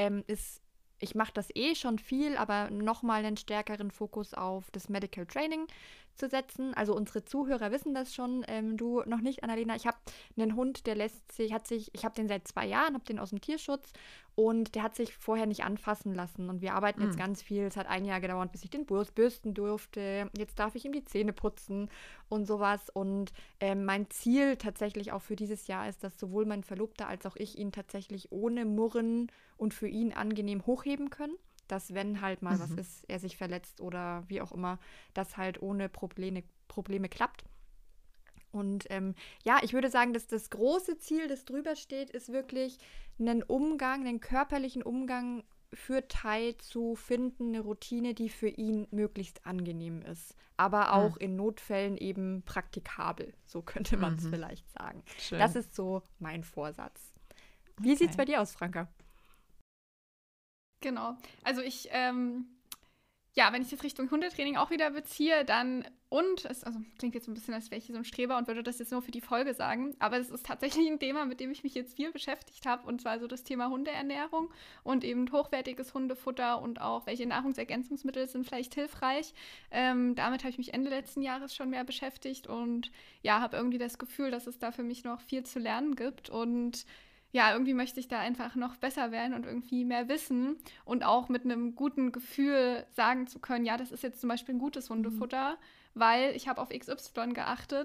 ich mache das schon viel, aber nochmal einen stärkeren Fokus auf das Medical Training zu setzen. Also unsere Zuhörer wissen das schon, du noch nicht, Annalena. Ich habe einen Hund, der ich habe den seit 2 Jahren, habe den aus dem Tierschutz und der hat sich vorher nicht anfassen lassen. Und wir arbeiten jetzt ganz viel. Es hat 1 Jahr gedauert, bis ich den bürsten durfte. Jetzt darf ich ihm die Zähne putzen und sowas. Und mein Ziel tatsächlich auch für dieses Jahr ist, dass sowohl mein Verlobter als auch ich ihn tatsächlich ohne Murren und für ihn angenehm hochheben können. Dass, wenn halt mal was ist, er sich verletzt oder wie auch immer, das halt ohne Probleme klappt. Und ja, ich würde sagen, dass das große Ziel, das drüber steht, ist wirklich einen körperlichen Umgang für Tai zu finden, eine Routine, die für ihn möglichst angenehm ist, aber auch in Notfällen eben praktikabel. So könnte man es vielleicht sagen. Schön. Das ist so mein Vorsatz. Wie sieht es bei dir aus, Franka? Genau. Also ich, wenn ich das Richtung Hundetraining auch wieder beziehe, dann also klingt jetzt ein bisschen, als wäre ich hier so ein Streber und würde das jetzt nur für die Folge sagen, aber es ist tatsächlich ein Thema, mit dem ich mich jetzt viel beschäftigt habe, und zwar so das Thema Hundeernährung und eben hochwertiges Hundefutter und auch welche Nahrungsergänzungsmittel sind vielleicht hilfreich. Damit habe ich mich Ende letzten Jahres schon mehr beschäftigt und ja, habe irgendwie das Gefühl, dass es da für mich noch viel zu lernen gibt, und ja, irgendwie möchte ich da einfach noch besser werden und irgendwie mehr wissen und auch mit einem guten Gefühl sagen zu können, ja, das ist jetzt zum Beispiel ein gutes Hundefutter, weil ich habe auf XY geachtet.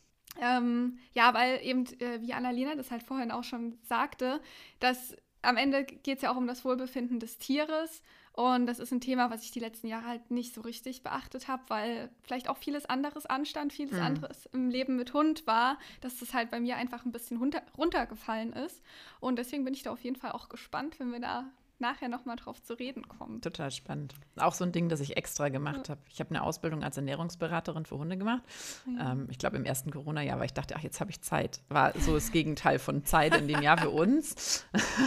Weil eben, wie Annalena das halt vorhin auch schon sagte, dass am Ende geht es ja auch um das Wohlbefinden des Tieres. Und das ist ein Thema, was ich die letzten Jahre halt nicht so richtig beachtet habe, weil vielleicht auch vieles anderes anstand, vieles anderes im Leben mit Hund war, dass das halt bei mir einfach ein bisschen runtergefallen ist. Und deswegen bin ich da auf jeden Fall auch gespannt, wenn wir da nachher nochmal drauf zu reden kommen. Total spannend. Auch so ein Ding, das ich extra gemacht habe. Ich habe eine Ausbildung als Ernährungsberaterin für Hunde gemacht. Ich glaube, im ersten Corona-Jahr, weil ich dachte, ach, jetzt habe ich Zeit. War so das Gegenteil von Zeit in dem Jahr für uns.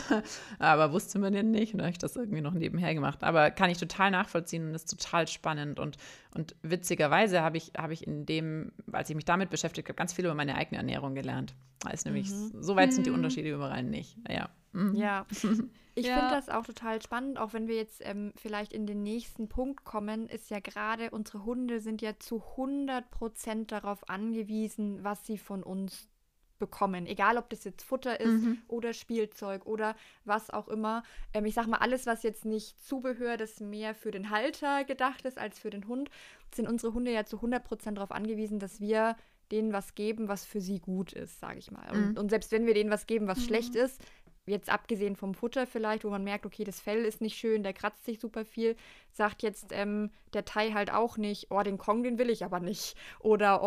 Aber wusste man ja nicht, und da habe ich das irgendwie noch nebenher gemacht. Aber kann ich total nachvollziehen und ist total spannend. Und witzigerweise habe ich in dem, als ich mich damit beschäftigt habe, ganz viel über meine eigene Ernährung gelernt. Da ist nämlich, so weit sind die Unterschiede überall nicht. Ja. Ja, ich finde das auch total spannend, auch wenn wir jetzt vielleicht in den nächsten Punkt kommen, ist ja gerade, unsere Hunde sind ja zu 100% darauf angewiesen, was sie von uns bekommen. Egal, ob das jetzt Futter ist oder Spielzeug oder was auch immer. Ich sag mal, alles, was jetzt nicht Zubehör, das mehr für den Halter gedacht ist als für den Hund, sind unsere Hunde ja zu 100% darauf angewiesen, dass wir denen was geben, was für sie gut ist, sage ich mal. Und selbst wenn wir denen was geben, was schlecht ist, jetzt abgesehen vom Futter vielleicht, wo man merkt, okay, das Fell ist nicht schön, der kratzt sich super viel, sagt jetzt der Tai halt auch nicht, oh, den Kong, den will ich aber nicht. Oder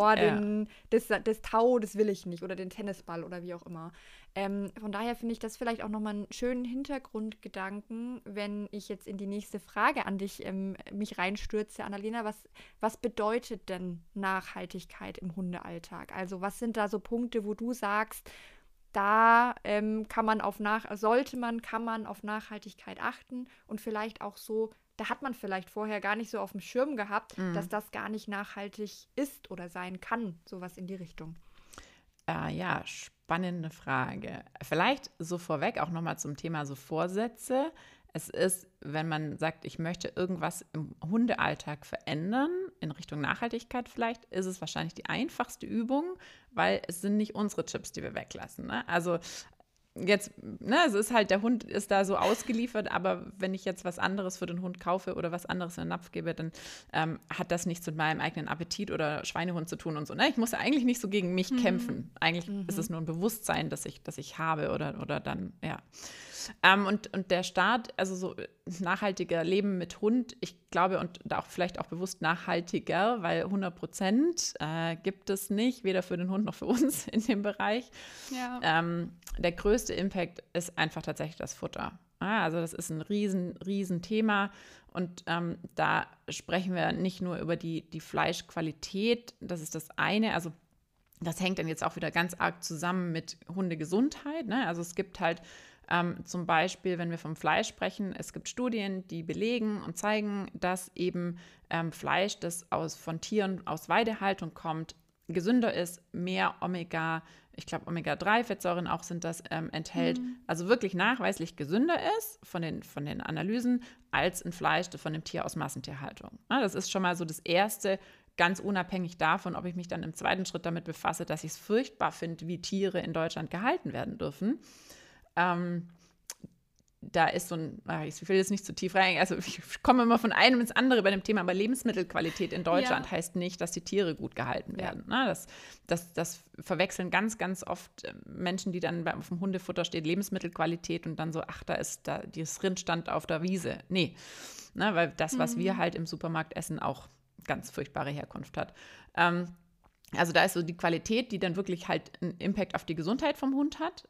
das Tau, das will ich nicht. Oder den Tennisball oder wie auch immer. Von daher finde ich das vielleicht auch nochmal einen schönen Hintergrundgedanken, wenn ich jetzt in die nächste Frage an dich mich reinstürze, Annalena. Was bedeutet denn Nachhaltigkeit im Hundealltag? Also was sind da so Punkte, wo du sagst, da kann man auf Nachhaltigkeit achten, und vielleicht auch so, da hat man vielleicht vorher gar nicht so auf dem Schirm gehabt, dass das gar nicht nachhaltig ist oder sein kann, sowas in die Richtung. Ja, spannende Frage. Vielleicht so vorweg auch nochmal zum Thema so Vorsätze. Es ist, wenn man sagt, ich möchte irgendwas im Hundealltag verändern, in Richtung Nachhaltigkeit vielleicht, ist es wahrscheinlich die einfachste Übung, weil es sind nicht unsere Chips, die wir weglassen. Ne? Also jetzt, es ist halt, der Hund ist da so ausgeliefert, aber wenn ich jetzt was anderes für den Hund kaufe oder was anderes in den Napf gebe, dann hat das nichts mit meinem eigenen Appetit oder Schweinehund zu tun und so. Ne? Ich muss ja eigentlich nicht so gegen mich kämpfen. Eigentlich ist es nur ein Bewusstsein, das ich habe oder dann, ja. Und der Start, also so nachhaltiger Leben mit Hund, ich glaube, und auch vielleicht auch bewusst nachhaltiger, weil 100% gibt es nicht, weder für den Hund noch für uns in dem Bereich. Ja. Der größte Impact ist einfach tatsächlich das Futter. Also das ist ein riesen Thema, und da sprechen wir nicht nur über die Fleischqualität, das ist das eine, also das hängt dann jetzt auch wieder ganz arg zusammen mit Hundegesundheit, ne? Also es gibt halt zum Beispiel, wenn wir vom Fleisch sprechen, es gibt Studien, die belegen und zeigen, dass eben Fleisch, das von Tieren aus Weidehaltung kommt, gesünder ist, mehr Omega-3-Fettsäuren auch sind das, enthält, also wirklich nachweislich gesünder ist von den Analysen, als ein Fleisch von einem Tier aus Massentierhaltung. Ja, das ist schon mal so das Erste, ganz unabhängig davon, ob ich mich dann im zweiten Schritt damit befasse, dass ich es furchtbar finde, wie Tiere in Deutschland gehalten werden dürfen. Da ist so ich will jetzt nicht zu tief rein, also ich komme immer von einem ins andere bei dem Thema, aber Lebensmittelqualität in Deutschland heißt nicht, dass die Tiere gut gehalten werden. Ja. Das verwechseln ganz, ganz oft Menschen, die dann auf dem Hundefutter steht, Lebensmittelqualität, und dann so, ach, dieses Rind stand auf der Wiese. Nee, weil das, was wir halt im Supermarkt essen, auch ganz furchtbare Herkunft hat. Also da ist so die Qualität, die dann wirklich halt einen Impact auf die Gesundheit vom Hund hat.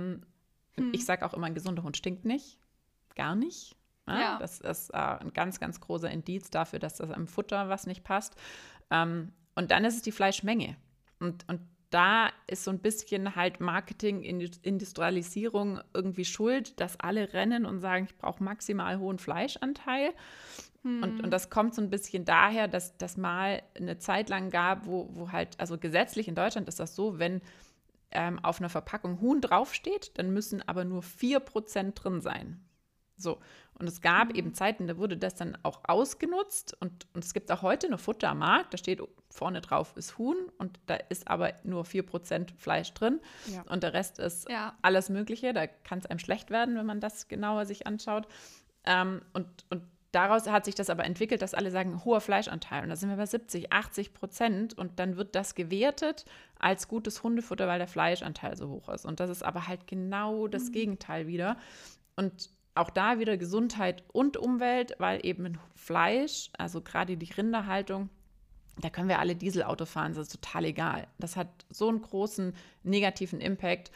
Ich sage auch immer, ein gesunder Hund stinkt nicht. Gar nicht. Ja. Das ist ein ganz, ganz großer Indiz dafür, dass das am Futter was nicht passt. Und dann ist es die Fleischmenge. Und da ist so ein bisschen halt Marketing, Industrialisierung irgendwie schuld, dass alle rennen und sagen, ich brauche maximal hohen Fleischanteil. Und das kommt so ein bisschen daher, dass das mal eine Zeit lang gab, wo halt, also gesetzlich in Deutschland ist das so, wenn auf einer Verpackung Huhn draufsteht, dann müssen aber nur 4% drin sein. So, und es gab eben Zeiten, da wurde das dann auch ausgenutzt und es gibt auch heute noch Futter am Markt, da steht vorne drauf ist Huhn und da ist aber nur 4% Fleisch drin und der Rest ist alles Mögliche, da kann es einem schlecht werden, wenn man das genauer sich anschaut. Und daraus hat sich das aber entwickelt, dass alle sagen, hoher Fleischanteil und da sind wir bei 70-80% und dann wird das gewertet als gutes Hundefutter, weil der Fleischanteil so hoch ist und das ist aber halt genau das Gegenteil wieder und auch da wieder Gesundheit und Umwelt, weil eben Fleisch, also gerade die Rinderhaltung, da können wir alle Dieselauto fahren, das ist total egal. Das hat so einen großen negativen Impact,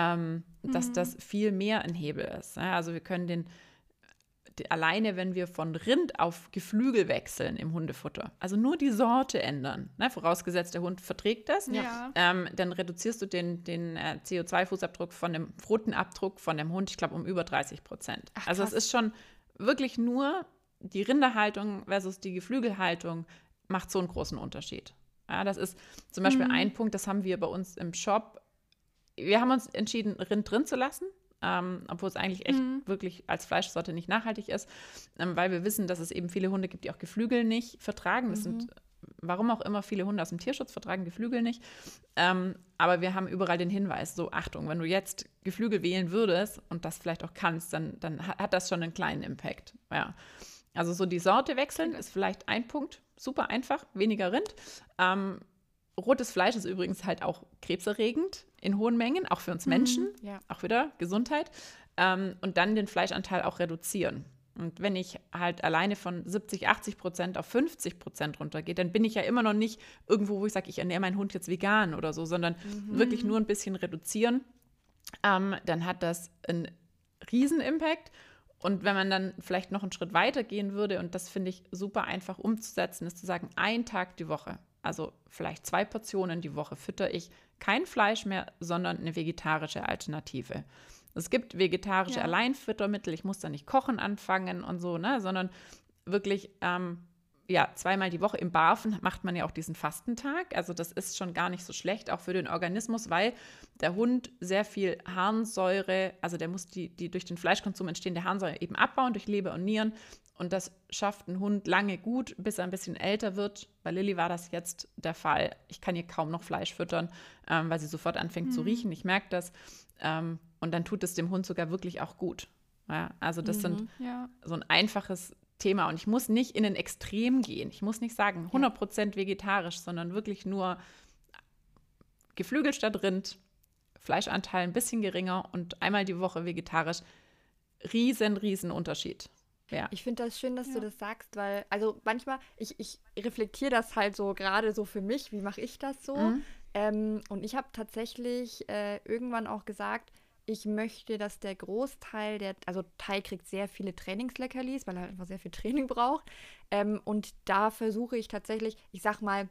dass das viel mehr ein Hebel ist. Also wir können alleine, wenn wir von Rind auf Geflügel wechseln im Hundefutter, also nur die Sorte ändern, vorausgesetzt der Hund verträgt das, dann reduzierst du den CO2-Fußabdruck von dem Pfotenabdruck von dem Hund, ich glaube, um über 30%. Also es ist schon wirklich nur die Rinderhaltung versus die Geflügelhaltung macht so einen großen Unterschied. Ja, das ist zum Beispiel ein Punkt, das haben wir bei uns im Shop. Wir haben uns entschieden, Rind drin zu lassen, obwohl es eigentlich echt wirklich als Fleischsorte nicht nachhaltig ist, weil wir wissen, dass es eben viele Hunde gibt, die auch Geflügel nicht vertragen. Das sind, warum auch immer, viele Hunde aus dem Tierschutz vertragen Geflügel nicht. Aber wir haben überall den Hinweis, so Achtung, wenn du jetzt Geflügel wählen würdest und das vielleicht auch kannst, dann hat das schon einen kleinen Impact. Ja. Also so die Sorte wechseln ist vielleicht ein Punkt, super einfach, weniger Rind. Rotes Fleisch ist übrigens halt auch krebserregend in hohen Mengen, auch für uns Menschen, auch wieder Gesundheit. Und dann den Fleischanteil auch reduzieren. Und wenn ich halt alleine von 70-80% auf 50% runtergehe, dann bin ich ja immer noch nicht irgendwo, wo ich sage, ich ernähre meinen Hund jetzt vegan oder so, sondern wirklich nur ein bisschen reduzieren. Dann hat das einen riesen Impact. Und wenn man dann vielleicht noch einen Schritt weiter gehen würde, und das finde ich super einfach umzusetzen, ist zu sagen, einen Tag die Woche, also vielleicht 2 Portionen die Woche, fütter ich kein Fleisch mehr, sondern eine vegetarische Alternative. Es gibt vegetarische Alleinfuttermittel, ich muss da nicht kochen anfangen und so, sondern wirklich, 2-mal die Woche. Im Barfen macht man ja auch diesen Fastentag, also das ist schon gar nicht so schlecht, auch für den Organismus, weil der Hund sehr viel Harnsäure, also der muss die durch den Fleischkonsum entstehende Harnsäure eben abbauen, durch Leber und Nieren. Und das schafft ein Hund lange gut, bis er ein bisschen älter wird. Bei Lilly war das jetzt der Fall. Ich kann ihr kaum noch Fleisch füttern, weil sie sofort anfängt zu riechen. Ich merke das. Und dann tut es dem Hund sogar wirklich auch gut. Ja, also das sind so ein einfaches Thema. Und ich muss nicht in ein Extrem gehen. Ich muss nicht sagen 100% vegetarisch, sondern wirklich nur Geflügel statt Rind, Fleischanteil ein bisschen geringer und einmal die Woche vegetarisch. Riesen Unterschied. Ja. Ich finde das schön, dass du das sagst, weil, also manchmal, ich reflektiere das halt so gerade so für mich, wie mache ich das so? Und ich habe tatsächlich irgendwann auch gesagt, ich möchte, dass der Großteil also Tai kriegt sehr viele Trainingsleckerlis, weil er einfach sehr viel Training braucht. Und da versuche ich tatsächlich, ich sag mal,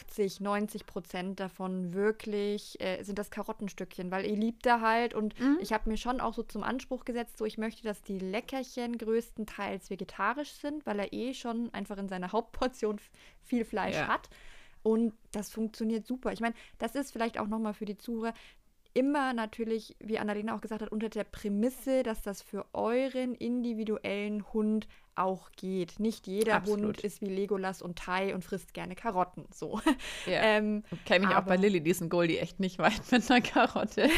80-90% davon wirklich sind das Karottenstückchen, weil ihr liebt er halt. Und ich habe mir schon auch so zum Anspruch gesetzt, so ich möchte, dass die Leckerchen größtenteils vegetarisch sind, weil er schon einfach in seiner Hauptportion viel Fleisch hat. Und das funktioniert super. Ich meine, das ist vielleicht auch nochmal für die Zuhörer immer natürlich, wie Annalena auch gesagt hat, unter der Prämisse, dass das für euren individuellen Hund auch geht. Nicht jeder Hund ist wie Legolas und Tai und frisst gerne Karotten. So. Ja. Kenne mich auch bei Lilly, diesen Goldie echt nicht weit mit einer Karotte.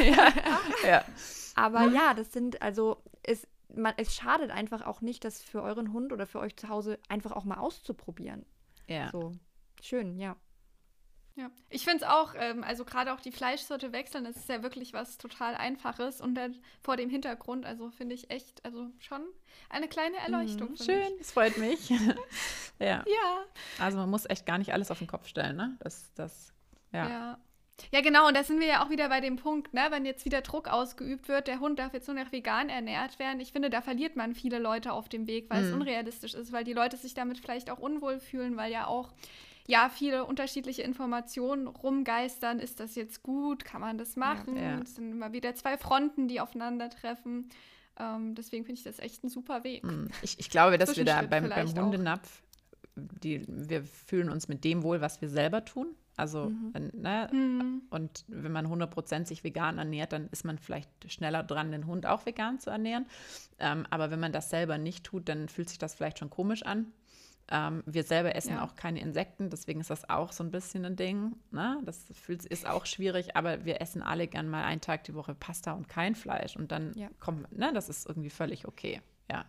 Aber ja, das sind also, es schadet einfach auch nicht, das für euren Hund oder für euch zu Hause einfach auch mal auszuprobieren. Ja. So. Schön, ja. Ja, ich finde es auch, also gerade auch die Fleischsorte wechseln, das ist ja wirklich was total Einfaches und dann vor dem Hintergrund, also finde ich echt, also schon eine kleine Erleuchtung für schön, mich. Das freut mich. Ja. Also man muss echt gar nicht alles auf den Kopf stellen, ne? Das Ja. Ja, genau, und da sind wir ja auch wieder bei dem Punkt, ne, wenn jetzt wieder Druck ausgeübt wird, der Hund darf jetzt nur noch vegan ernährt werden. Ich finde, da verliert man viele Leute auf dem Weg, weil es unrealistisch ist, weil die Leute sich damit vielleicht auch unwohl fühlen, weil ja auch viele unterschiedliche Informationen rumgeistern. Ist das jetzt gut? Kann man das machen? Ja. Es sind immer wieder zwei Fronten, die aufeinandertreffen. Deswegen finde ich das echt ein super Weg. Ich glaube, dass wir da beim vielleicht auch. Hundenapf, wir fühlen uns mit dem wohl, was wir selber tun. Also, ne? Und wenn man 100% sich vegan ernährt, dann ist man vielleicht schneller dran, den Hund auch vegan zu ernähren. Aber wenn man das selber nicht tut, dann fühlt sich das vielleicht schon komisch an. Wir selber essen auch keine Insekten, deswegen ist das auch so ein bisschen ein Ding. Ne? Das ist auch schwierig, aber wir essen alle gern mal einen Tag die Woche Pasta und kein Fleisch. Und dann kommt, ne, das ist irgendwie völlig okay. Ja.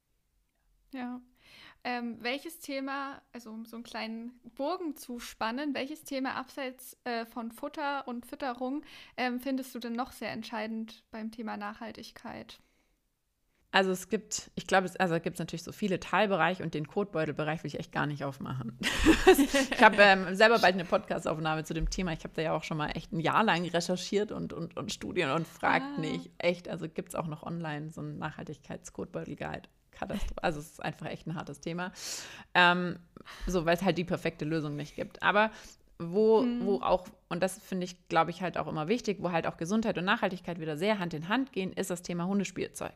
Ja. Welches Thema, also um so einen kleinen Bogen zu spannen, welches Thema abseits von Futter und Fütterung findest du denn noch sehr entscheidend beim Thema Nachhaltigkeit? Also ich glaube, es gibt natürlich so viele Teilbereiche und den Kotbeutelbereich will ich echt gar nicht aufmachen. Ich habe selber bald eine Podcastaufnahme zu dem Thema. Ich habe da ja auch schon mal echt ein Jahr lang recherchiert und Studien und fragt nicht. Echt, also gibt es auch noch online so einen Nachhaltigkeits-Kotbeutel-Guide. Also es ist einfach echt ein hartes Thema. Weil es halt die perfekte Lösung nicht gibt. Aber wo auch, und das finde ich, glaube ich, halt auch immer wichtig, wo halt auch Gesundheit und Nachhaltigkeit wieder sehr Hand in Hand gehen, ist das Thema Hundespielzeug.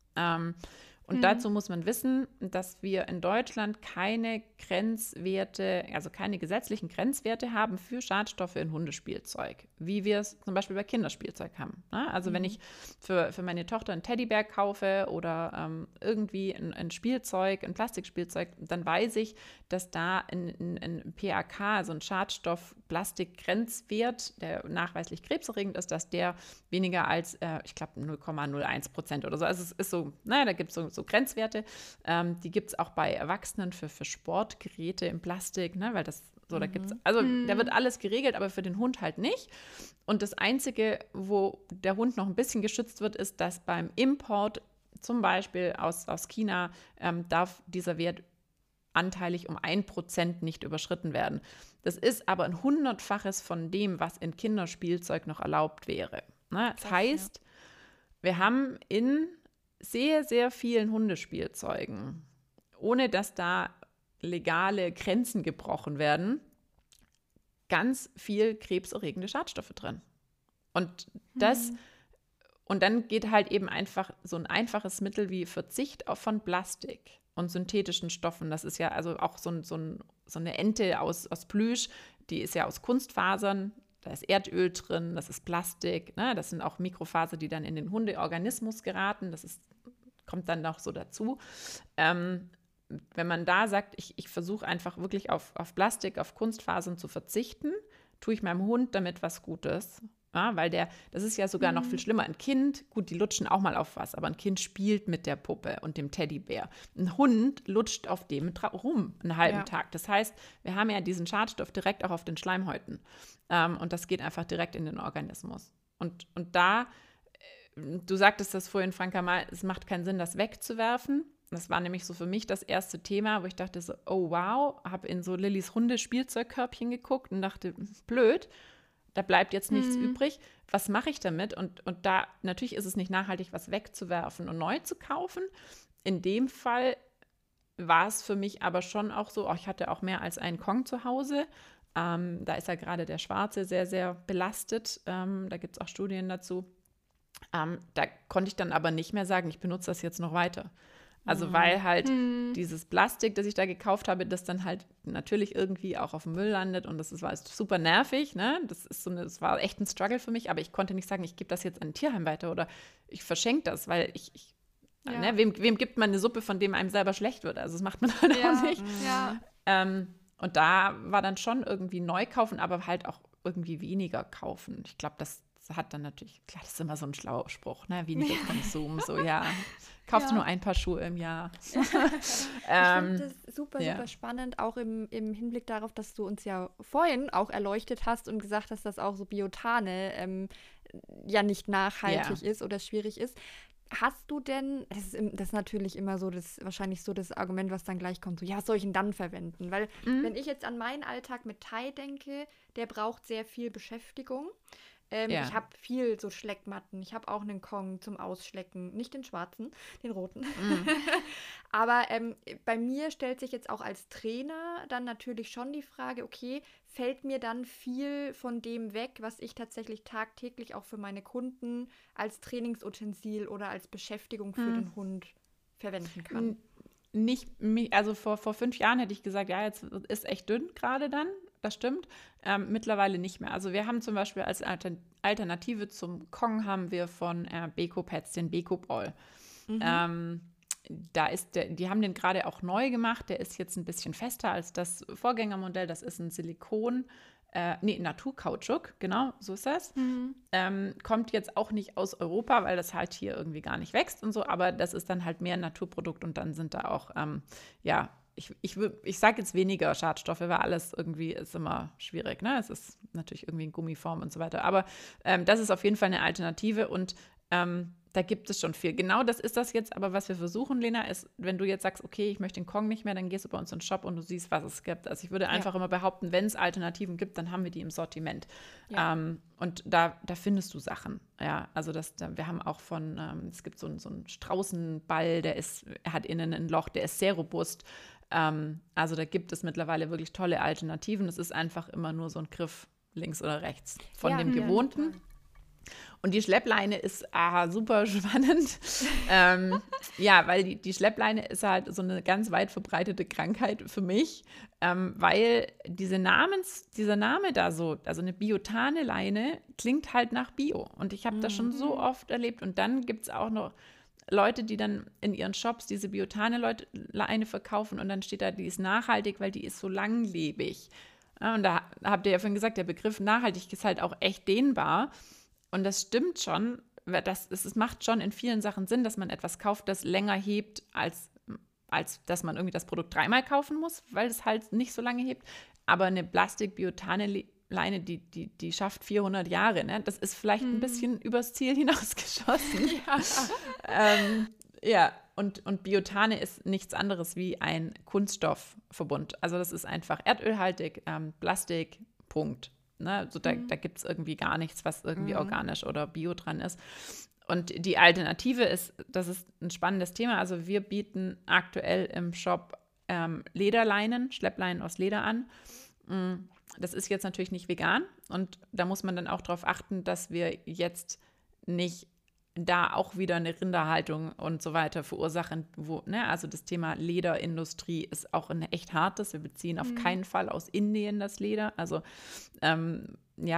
Und dazu muss man wissen, dass wir in Deutschland keine Grenzwerte, also keine gesetzlichen Grenzwerte haben für Schadstoffe in Hundespielzeug, wie wir es zum Beispiel bei Kinderspielzeug haben. Ne? Also wenn ich für meine Tochter einen Teddybär kaufe oder irgendwie ein Spielzeug, ein Plastikspielzeug, dann weiß ich, dass da ein PAK, also ein Schadstoff-Plastik-Grenzwert, der nachweislich krebserregend ist, dass der weniger als, ich glaube, 0,01% oder so. Also es ist so, naja, da gibt es so Grenzwerte. Die gibt es auch bei Erwachsenen für Sportgeräte im Plastik, ne, weil das so, da gibt's, also da wird alles geregelt, aber für den Hund halt nicht. Und das Einzige, wo der Hund noch ein bisschen geschützt wird, ist, dass beim Import, zum Beispiel aus China, darf dieser Wert anteilig um 1% nicht überschritten werden. Das ist aber ein 100-faches von dem, was in Kinderspielzeug noch erlaubt wäre. Ne? Das heißt, wir haben in sehr, sehr vielen Hundespielzeugen, ohne dass da legale Grenzen gebrochen werden, ganz viel krebserregende Schadstoffe drin. Und dann geht halt eben einfach so ein einfaches Mittel wie Verzicht von Plastik und synthetischen Stoffen. Das ist ja also auch so eine Ente aus Plüsch, die ist ja aus Kunstfasern. Da ist Erdöl drin, das ist Plastik, ne? Das sind auch Mikrofasern, die dann in den Hundeorganismus geraten. Kommt dann noch so dazu. Wenn man da sagt, ich versuche einfach wirklich auf Plastik, auf Kunstfasern zu verzichten, tue ich meinem Hund damit was Gutes. Ja, weil das ist ja sogar noch viel schlimmer. Ein Kind, gut, die lutschen auch mal auf was, aber ein Kind spielt mit der Puppe und dem Teddybär. Ein Hund lutscht auf dem rum einen halben Tag. Das heißt, wir haben ja diesen Schadstoff direkt auch auf den Schleimhäuten. Und das geht einfach direkt in den Organismus. Und da, du sagtest das vorhin, Franka, mal, es macht keinen Sinn, das wegzuwerfen. Das war nämlich so für mich das erste Thema, wo ich dachte so, oh wow, habe in so Lillys Hundespielzeugkörbchen geguckt und dachte, blöd, da bleibt jetzt nichts übrig. Was mache ich damit? Und da, natürlich ist es nicht nachhaltig, was wegzuwerfen und neu zu kaufen. In dem Fall war es für mich aber schon auch so, ich hatte auch mehr als einen Kong zu Hause. Da ist ja gerade der Schwarze sehr, sehr belastet. Da gibt es auch Studien dazu. Da konnte ich dann aber nicht mehr sagen, ich benutze das jetzt noch weiter. Also weil halt dieses Plastik, das ich da gekauft habe, das dann halt natürlich irgendwie auch auf dem Müll landet und das war super nervig, ne? Das war echt ein Struggle für mich, aber ich konnte nicht sagen, ich gebe das jetzt an ein Tierheim weiter oder ich verschenke das, weil ne, wem gibt man eine Suppe, von dem einem selber schlecht wird? Also das macht man halt auch nicht. Ja. Und da war dann schon irgendwie neu kaufen, aber halt auch irgendwie weniger kaufen. Ich glaube, das hat dann natürlich, klar, das ist immer so ein schlauer Spruch, ne? Weniger Konsum, so kaufst du nur ein paar Schuhe im Jahr. Ich finde das super spannend, auch im Hinblick darauf, dass du uns ja vorhin auch erleuchtet hast und gesagt hast, dass auch so Biotane ja nicht nachhaltig ist oder schwierig ist. Hast du denn, das ist natürlich immer so wahrscheinlich so das Argument, was dann gleich kommt, so, ja, was soll ich denn dann verwenden? Weil wenn ich jetzt an meinen Alltag mit Thai denke, der braucht sehr viel Beschäftigung. Ich Ja. habe viel so Schleckmatten. Ich habe auch einen Kong zum Ausschlecken. Nicht den schwarzen, den roten. Mm. Aber bei mir stellt sich jetzt auch als Trainer dann natürlich schon die Frage, okay, fällt mir dann viel von dem weg, was ich tatsächlich tagtäglich auch für meine Kunden als Trainingsutensil oder als Beschäftigung für den Hund verwenden kann? Also vor 5 Jahren hätte ich gesagt, ja, jetzt ist echt dünn gerade dann. Das stimmt. Mittlerweile nicht mehr. Also wir haben zum Beispiel als Alternative zum Kong haben wir von Beko Pets den Beko Ball. Die haben den gerade auch neu gemacht. Der ist jetzt ein bisschen fester als das Vorgängermodell. Das ist ein Naturkautschuk, genau, so ist das. Kommt jetzt auch nicht aus Europa, weil das halt hier irgendwie gar nicht wächst und so, aber das ist dann halt mehr ein Naturprodukt und dann sind da auch, ich sage jetzt weniger Schadstoffe, weil alles irgendwie ist immer schwierig, ne? Es ist natürlich irgendwie in Gummiform und so weiter, aber das ist auf jeden Fall eine Alternative und da gibt es schon viel. Genau das ist das jetzt, aber was wir versuchen, Lena, ist, wenn du jetzt sagst, okay, ich möchte den Kong nicht mehr, dann gehst du bei uns in den Shop und du siehst, was es gibt. Also ich würde einfach immer behaupten, wenn es Alternativen gibt, dann haben wir die im Sortiment. Ja. Und da findest du Sachen. Ja, also wir haben auch es gibt so einen Straußenball, er hat innen ein Loch, der ist sehr robust. Also da gibt es mittlerweile wirklich tolle Alternativen. Es ist einfach immer nur so ein Griff links oder rechts von dem Gewohnten. Total. Und die Schleppleine ist super spannend. Weil die Schleppleine ist halt so eine ganz weit verbreitete Krankheit für mich, weil dieser Name da so, also eine biotane Leine, klingt halt nach Bio. Und ich habe das schon so oft erlebt. Und dann gibt es auch noch Leute, die dann in ihren Shops diese biotane Leine verkaufen und dann steht da, die ist nachhaltig, weil die ist so langlebig. Ja, und da habt ihr ja vorhin gesagt, der Begriff nachhaltig ist halt auch echt dehnbar. Und das stimmt schon, es macht schon in vielen Sachen Sinn, dass man etwas kauft, das länger hebt, als dass man irgendwie das Produkt 3-mal kaufen muss, weil es halt nicht so lange hebt. Aber eine Plastik-Biotane-Leine, die schafft 400 Jahre, ne? Das ist vielleicht ein bisschen übers Ziel hinausgeschossen. Und Biotane ist nichts anderes wie ein Kunststoffverbund. Also das ist einfach erdölhaltig, Plastik, Punkt. Ne? Also da gibt es irgendwie gar nichts, was irgendwie organisch oder bio dran ist. Und die Alternative ist, das ist ein spannendes Thema, also wir bieten aktuell im Shop Lederleinen, Schleppleinen aus Leder an. Das ist jetzt natürlich nicht vegan und da muss man dann auch darauf achten, dass wir jetzt nicht da auch wieder eine Rinderhaltung und so weiter verursachen, also das Thema Lederindustrie ist auch ein echt hartes. Wir beziehen auf keinen Fall aus Indien das Leder. Also da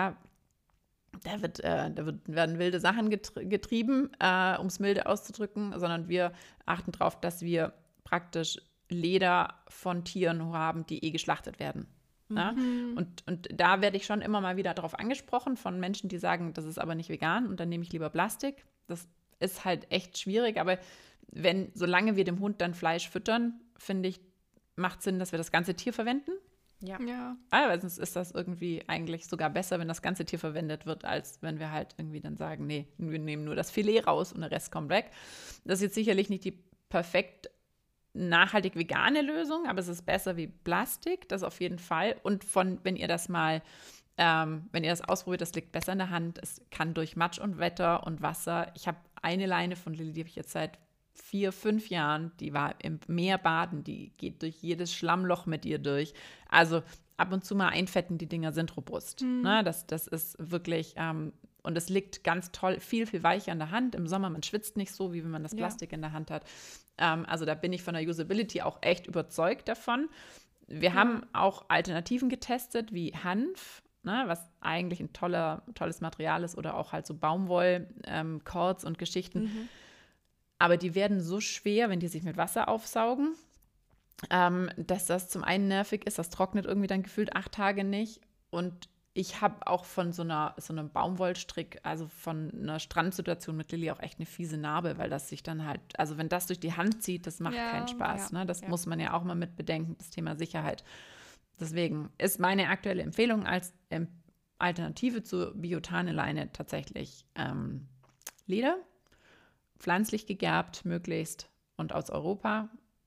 werden wilde Sachen getrieben, um es milde auszudrücken, sondern wir achten darauf, dass wir praktisch Leder von Tieren haben, die geschlachtet werden. Ja? Und da werde ich schon immer mal wieder darauf angesprochen von Menschen, die sagen, das ist aber nicht vegan und dann nehme ich lieber Plastik. Das ist halt echt schwierig, aber solange wir dem Hund dann Fleisch füttern, finde ich, macht Sinn, dass wir das ganze Tier verwenden. Ja. Aber sonst ist das irgendwie eigentlich sogar besser, wenn das ganze Tier verwendet wird, als wenn wir halt irgendwie dann sagen, nee, wir nehmen nur das Filet raus und der Rest kommt weg. Das ist jetzt sicherlich nicht die perfekt nachhaltig vegane Lösung, aber es ist besser wie Plastik, das auf jeden Fall. Und wenn ihr das ausprobiert, das liegt besser in der Hand. Es kann durch Matsch und Wetter und Wasser. Ich habe eine Leine von Lilly, die habe ich jetzt seit 4-5 Jahren, die war im Meer baden, die geht durch jedes Schlammloch mit ihr durch. Also ab und zu mal einfetten, die Dinger sind robust. Ne? Das ist wirklich, und es liegt ganz toll, viel, viel weicher in der Hand. Im Sommer, man schwitzt nicht so, wie wenn man das Plastik in der Hand hat. Also da bin ich von der Usability auch echt überzeugt davon. Wir haben auch Alternativen getestet, wie Hanf, ne, was eigentlich ein tolles Material ist, oder auch halt so Baumwoll-Cords und Geschichten. Aber die werden so schwer, wenn die sich mit Wasser aufsaugen, dass das zum einen nervig ist. Das trocknet irgendwie dann gefühlt 8 Tage nicht. Und ich habe auch von so einem Baumwollstrick, also von einer Strandsituation mit Lilly auch echt eine fiese Narbe, weil das sich dann halt, also wenn das durch die Hand zieht, das macht keinen Spaß. Ne? Das muss man ja auch mal mit bedenken, das Thema Sicherheit. Deswegen ist meine aktuelle Empfehlung als Alternative zur Biotane-Leine tatsächlich Leder. pflanzlich gegerbt möglichst und aus Europa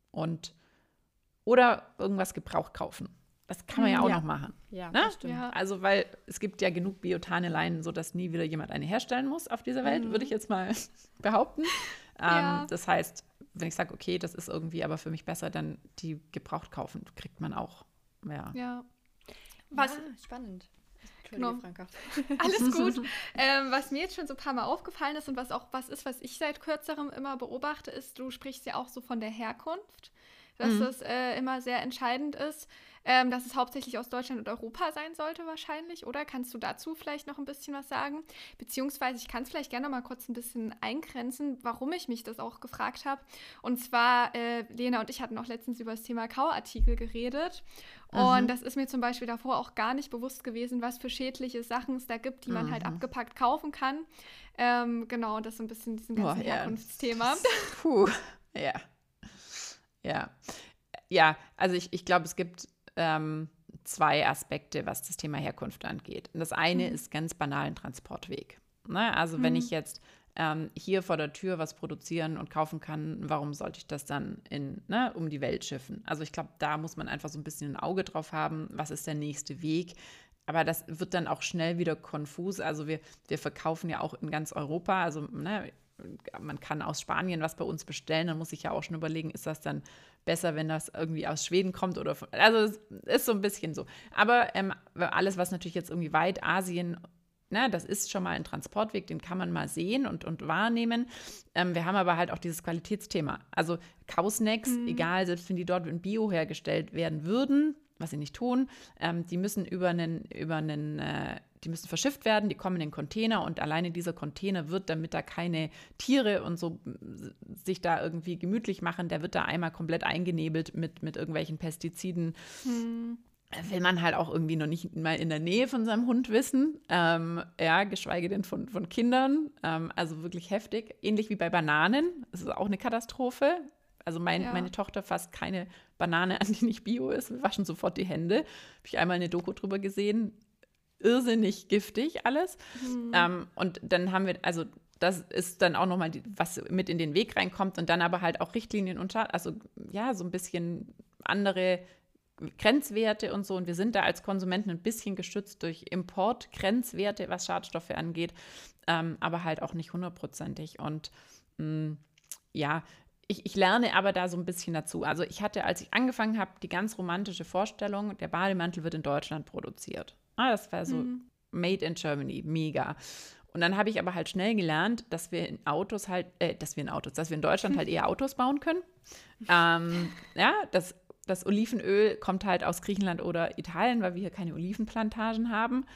oder irgendwas gebraucht kaufen. Das kann man ja auch noch machen. Ja, ne? das stimmt. Ja. Also, weil es gibt ja genug Biotaneleien, sodass nie wieder jemand eine herstellen muss auf dieser Welt, würde ich jetzt mal behaupten. Ja. Das heißt, wenn ich sage, okay, das ist irgendwie aber für mich besser, dann die gebraucht kaufen, kriegt man auch. Ja. Ja. Was? Ja, spannend. Entschuldige, Genau. Franka. Alles gut. Was mir jetzt schon so ein paar Mal aufgefallen ist und was auch was ist, was ich seit kürzerem immer beobachte, ist, du sprichst ja auch so von der Herkunft, dass das immer sehr entscheidend ist, dass es hauptsächlich aus Deutschland und Europa sein sollte wahrscheinlich, oder? Kannst du dazu vielleicht noch ein bisschen was sagen? Beziehungsweise, ich kann es vielleicht gerne noch mal kurz ein bisschen eingrenzen, warum ich mich das auch gefragt habe. Und zwar, Lena und ich hatten auch letztens über das Thema Kauartikel geredet. Und das ist mir zum Beispiel davor auch gar nicht bewusst gewesen, was für schädliche Sachen es da gibt, die man halt abgepackt kaufen kann. Genau, das ist so ein bisschen diesen ganzen Herkunftsthema. Puh, ja. Ja. Ja, also ich glaube, es gibt zwei Aspekte, was das Thema Herkunft angeht. Und das eine ist ganz banal ein Transportweg. Ne? Also wenn ich jetzt hier vor der Tür was produzieren und kaufen kann, warum sollte ich das dann um die Welt schiffen? Also ich glaube, da muss man einfach so ein bisschen ein Auge drauf haben, was ist der nächste Weg. Aber das wird dann auch schnell wieder konfus. Also wir verkaufen ja auch in ganz Europa, also man kann aus Spanien was bei uns bestellen, dann muss ich ja auch schon überlegen, ist das dann besser, wenn das irgendwie aus Schweden kommt oder also es ist so ein bisschen so. Aber alles, was natürlich jetzt irgendwie weit Asien, das ist schon mal ein Transportweg, den kann man mal sehen und wahrnehmen. Wir haben aber halt auch dieses Qualitätsthema. Also Kausnacks, egal, selbst wenn die dort in Bio hergestellt werden würden, was sie nicht tun, die müssen die müssen verschifft werden, die kommen in den Container und alleine dieser Container wird, damit da keine Tiere und so sich da irgendwie gemütlich machen, der wird da einmal komplett eingenebelt mit irgendwelchen Pestiziden. Will man halt auch irgendwie noch nicht mal in der Nähe von seinem Hund wissen, geschweige denn von Kindern, also wirklich heftig. Ähnlich wie bei Bananen, das ist auch eine Katastrophe. Also meine Tochter fasst keine Banane an, die nicht Bio ist. Wir waschen sofort die Hände. Habe ich einmal eine Doku drüber gesehen. Irrsinnig giftig alles. Und dann haben wir, also das ist dann auch nochmal, was mit in den Weg reinkommt und dann aber halt auch Richtlinien also ja, so ein bisschen andere Grenzwerte und so. Und wir sind da als Konsumenten ein bisschen geschützt durch Importgrenzwerte, was Schadstoffe angeht, aber halt auch nicht 100%ig. Und ich lerne aber da so ein bisschen dazu. Also ich hatte, als ich angefangen habe, die ganz romantische Vorstellung, der Bademantel wird in Deutschland produziert. Das war so made in Germany, mega. Und dann habe ich aber halt schnell gelernt, dass wir in Deutschland halt eher Autos bauen können. Das Olivenöl kommt halt aus Griechenland oder Italien, weil wir hier keine Olivenplantagen haben.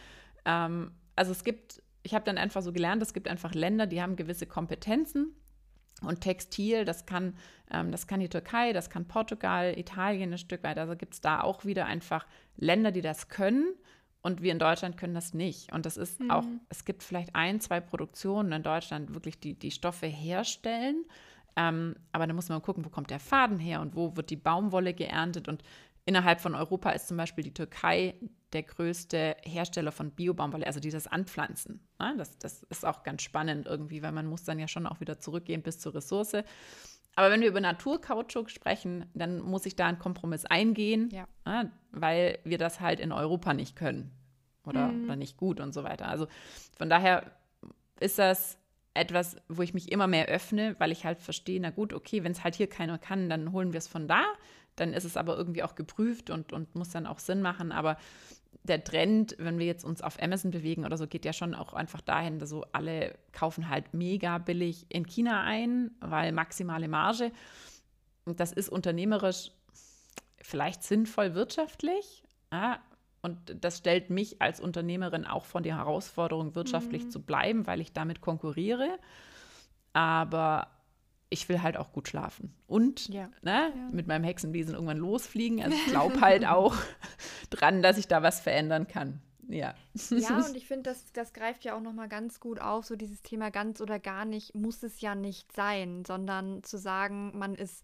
Ich habe dann einfach so gelernt, es gibt einfach Länder, die haben gewisse Kompetenzen. Und Textil, das kann die Türkei, das kann Portugal, Italien ein Stück weit. Also gibt es da auch wieder einfach Länder, die das können. Und wir in Deutschland können das nicht. Und das ist auch, es gibt vielleicht 1, 2 Produktionen in Deutschland, wirklich die Stoffe herstellen. Aber da muss man gucken, wo kommt der Faden her und wo wird die Baumwolle geerntet. Und innerhalb von Europa ist zum Beispiel die Türkei der größte Hersteller von Bio-Baumwolle, also die das anpflanzen. Das ist auch ganz spannend irgendwie, weil man muss dann ja schon auch wieder zurückgehen bis zur Ressource. Aber wenn wir über Naturkautschuk sprechen, dann muss ich da einen Kompromiss eingehen, weil wir das halt in Europa nicht können oder nicht gut und so weiter. Also von daher ist das etwas, wo ich mich immer mehr öffne, weil ich halt verstehe, na gut, okay, wenn es halt hier keiner kann, dann holen wir es von da. Dann ist es aber irgendwie auch geprüft und muss dann auch Sinn machen. Aber der Trend, wenn wir jetzt uns auf Amazon bewegen oder so, geht ja schon auch einfach dahin, dass so alle kaufen halt mega billig in China ein, weil maximale Marge. Und das ist unternehmerisch vielleicht sinnvoll wirtschaftlich. Und das stellt mich als Unternehmerin auch vor die Herausforderung, wirtschaftlich zu bleiben, weil ich damit konkurriere. Aber ich will halt auch gut schlafen und mit meinem Hexenbesen irgendwann losfliegen. Also ich glaube halt auch dran, dass ich da was verändern kann. Ja, und ich finde, das greift ja auch nochmal ganz gut auf, so dieses Thema ganz oder gar nicht, muss es ja nicht sein, sondern zu sagen, man ist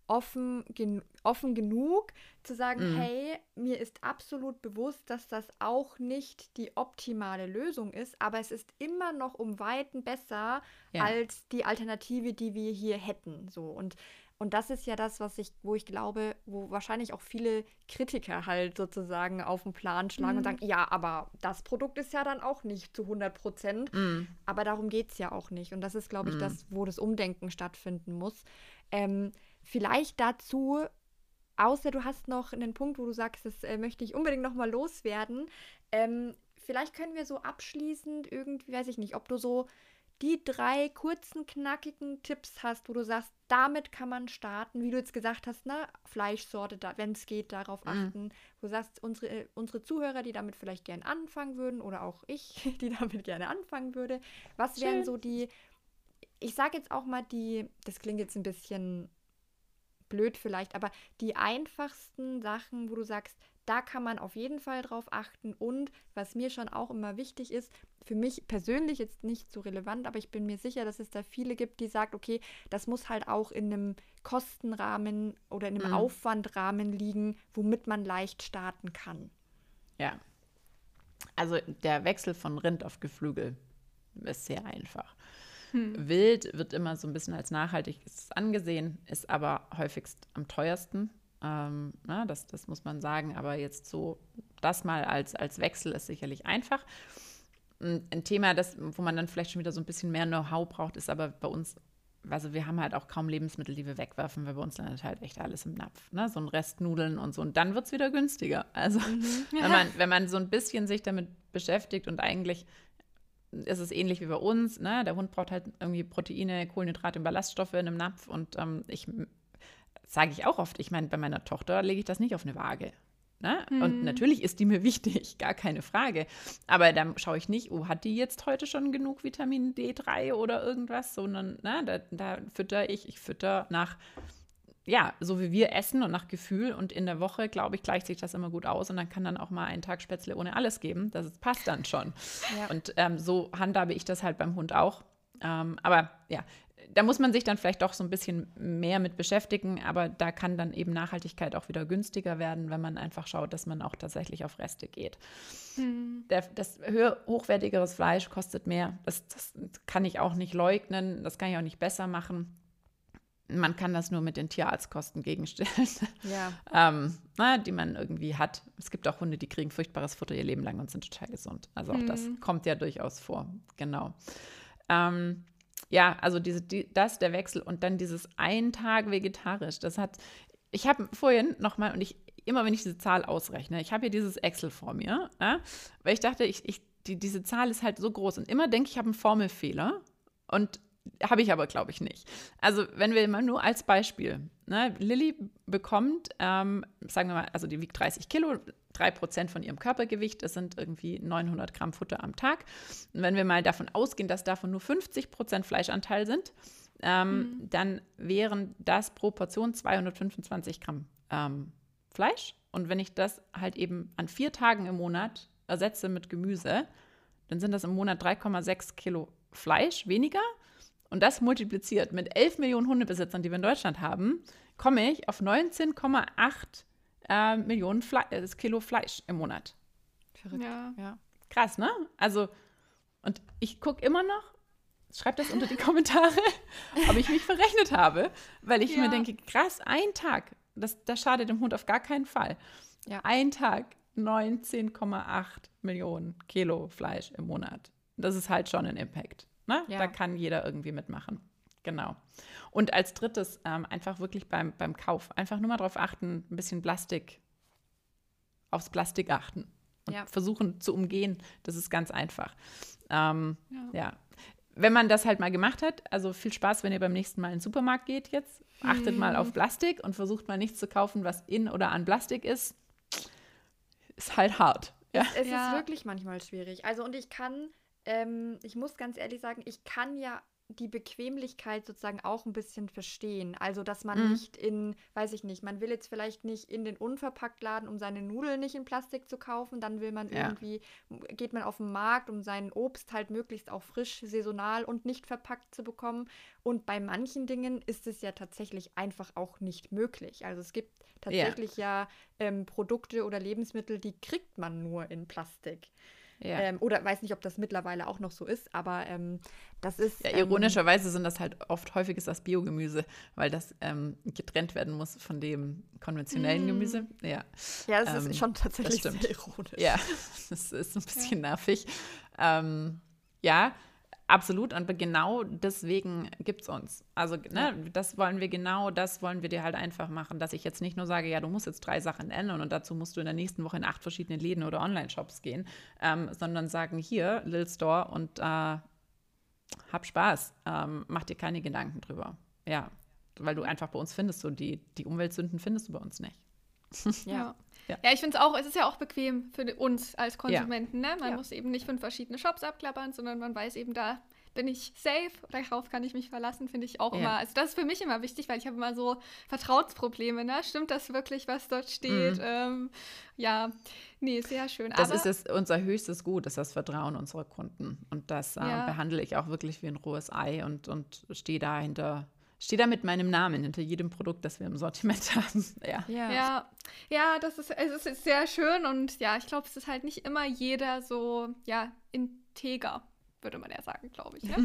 offen genug zu sagen, hey, mir ist absolut bewusst, dass das auch nicht die optimale Lösung ist, aber es ist immer noch um Weiten besser als die Alternative, die wir hier hätten. So. Und das ist ja das, wo ich glaube, wo wahrscheinlich auch viele Kritiker halt sozusagen auf den Plan schlagen und sagen, ja, aber das Produkt ist ja dann auch nicht zu 100%. Aber darum geht es ja auch nicht. Und das ist, glaube ich, das, wo das Umdenken stattfinden muss. Vielleicht dazu, außer du hast noch einen Punkt, wo du sagst, das möchte ich unbedingt noch mal loswerden. Vielleicht können wir so abschließend irgendwie, weiß ich nicht, ob du so die 3 kurzen, knackigen Tipps hast, wo du sagst, damit kann man starten, wie du jetzt gesagt hast, ne, Fleischsorte, wenn es geht, darauf achten. Wo du sagst, unsere Zuhörer, die damit vielleicht gerne anfangen würden, oder auch ich, die damit gerne anfangen würde, was wären so die, ich sage jetzt auch mal das klingt jetzt ein bisschen blöd vielleicht, aber die einfachsten Sachen, wo du sagst, da kann man auf jeden Fall drauf achten. Und was mir schon auch immer wichtig ist, für mich persönlich jetzt nicht so relevant, aber ich bin mir sicher, dass es da viele gibt, die sagen, okay, das muss halt auch in einem Kostenrahmen oder in einem Aufwandrahmen liegen, womit man leicht starten kann. Ja, also der Wechsel von Rind auf Geflügel ist sehr einfach. Wild wird immer so ein bisschen als nachhaltig angesehen, ist aber häufigst am teuersten. Das muss man sagen, aber jetzt so, das mal als Wechsel ist sicherlich einfach. Ein Thema, wo man dann vielleicht schon wieder so ein bisschen mehr Know-how braucht, ist aber bei uns, also wir haben halt auch kaum Lebensmittel, die wir wegwerfen, weil bei uns landet halt echt alles im Napf, ne? So ein Rest Nudeln und so, und dann wird es wieder günstiger. Also wenn man so ein bisschen sich damit beschäftigt, und eigentlich ist es ähnlich wie bei uns, ne? Der Hund braucht halt irgendwie Proteine, Kohlenhydrate und Ballaststoffe in einem Napf, und sage ich auch oft, ich meine, bei meiner Tochter lege ich das nicht auf eine Waage. Ne? Und natürlich ist die mir wichtig, gar keine Frage. Aber dann schaue ich nicht, hat die jetzt heute schon genug Vitamin D3 oder irgendwas, sondern da fütter ich fütter nach, ja, so wie wir essen und nach Gefühl. Und in der Woche, glaube ich, gleicht sich das immer gut aus. Und dann kann dann auch mal einen Tag Spätzle ohne alles geben. Das passt dann schon. Ja. Und so handhabe ich das halt beim Hund auch. Aber ja, da muss man sich dann vielleicht doch so ein bisschen mehr mit beschäftigen, aber da kann dann eben Nachhaltigkeit auch wieder günstiger werden, wenn man einfach schaut, dass man auch tatsächlich auf Reste geht. Das hochwertigeres Fleisch kostet mehr. Das kann ich auch nicht leugnen, das kann ich auch nicht besser machen. Man kann das nur mit den Tierarztkosten gegenstellen, die man irgendwie hat. Es gibt auch Hunde, die kriegen furchtbares Futter ihr Leben lang und sind total gesund. Also auch das kommt ja durchaus vor, genau. Also der Wechsel und dann dieses einen Tag vegetarisch, ich habe vorhin nochmal, und immer wenn ich diese Zahl ausrechne, ich habe hier dieses Excel vor mir, weil ich dachte, diese Zahl ist halt so groß, und immer denke ich habe einen Formelfehler, und habe ich aber, glaube ich, nicht. Also wenn wir mal nur als Beispiel, ne, Lilly bekommt, sagen wir mal, also die wiegt 30 Kilo, 3% von ihrem Körpergewicht, das sind irgendwie 900 Gramm Futter am Tag. Und wenn wir mal davon ausgehen, dass davon nur 50% Fleischanteil sind, dann wären das pro Portion 225 Gramm Fleisch. Und wenn ich das halt eben an 4 Tagen im Monat ersetze mit Gemüse, dann sind das im Monat 3,6 Kilo Fleisch weniger. Und das multipliziert mit 11 Millionen Hundebesitzern, die wir in Deutschland haben, komme ich auf 19,8 Millionen Kilo Fleisch im Monat. Verrückt. Ja. Krass, ne? Also, und ich gucke immer noch, schreibt das unter die Kommentare, ob ich mich verrechnet habe, weil ich mir denke, krass, ein Tag, das schadet dem Hund auf gar keinen Fall. Ja. Ein Tag, 19,8 Millionen Kilo Fleisch im Monat. Das ist halt schon ein Impact. Ne? Ja. Da kann jeder irgendwie mitmachen. Genau. Und als drittes einfach wirklich beim Kauf einfach nur mal drauf achten, ein bisschen aufs Plastik achten und versuchen zu umgehen. Das ist ganz einfach. Wenn man das halt mal gemacht hat, also viel Spaß, wenn ihr beim nächsten Mal in den Supermarkt geht jetzt. Achtet mal auf Plastik und versucht mal nichts zu kaufen, was in oder an Plastik ist. Ist halt hart. Ja. Es ist wirklich manchmal schwierig. Also und ich muss ganz ehrlich sagen, ich kann ja die Bequemlichkeit sozusagen auch ein bisschen verstehen. Also, dass man nicht weiß ich nicht, man will jetzt vielleicht nicht in den Unverpacktladen, um seine Nudeln nicht in Plastik zu kaufen, dann will man geht man auf den Markt, um sein Obst halt möglichst auch frisch, saisonal und nicht verpackt zu bekommen. Und bei manchen Dingen ist es ja tatsächlich einfach auch nicht möglich. Also es gibt tatsächlich Produkte oder Lebensmittel, die kriegt man nur in Plastik. Ja. Oder weiß nicht, ob das mittlerweile auch noch so ist, aber das ist. Ja, ironischerweise sind das halt oft häufig ist das Biogemüse, weil das getrennt werden muss von dem konventionellen Gemüse. Ja, das ist schon tatsächlich sehr ironisch. Ja, das ist ein bisschen nervig. Ja, absolut. Und genau deswegen gibt es uns. Also, das wollen wir dir halt einfach machen, dass ich jetzt nicht nur sage, ja, du musst jetzt 3 Sachen ändern und dazu musst du in der nächsten Woche in 8 verschiedene Läden oder Online-Shops gehen, sondern sagen, hier, Little Store und hab Spaß, mach dir keine Gedanken drüber. Ja, weil du einfach bei uns findest, so die Umweltsünden findest du bei uns nicht. Ja, ich finde es auch, es ist ja auch bequem für uns als Konsumenten, ne? Man muss eben nicht 5 verschiedene Shops abklappern, sondern man weiß eben, da bin ich safe, darauf kann ich mich verlassen, finde ich auch immer, also das ist für mich immer wichtig, weil ich habe immer so Vertrauensprobleme, ne? Stimmt das wirklich, was dort steht? Sehr schön. Das ist unser höchstes Gut, ist das Vertrauen unserer Kunden. Und das behandle ich auch wirklich wie ein rohes Ei und stehe da mit meinem Namen hinter jedem Produkt, das wir im Sortiment haben. Es ist sehr schön und ich glaube, es ist halt nicht immer jeder so, integer, würde man ja sagen, glaube ich. Ne?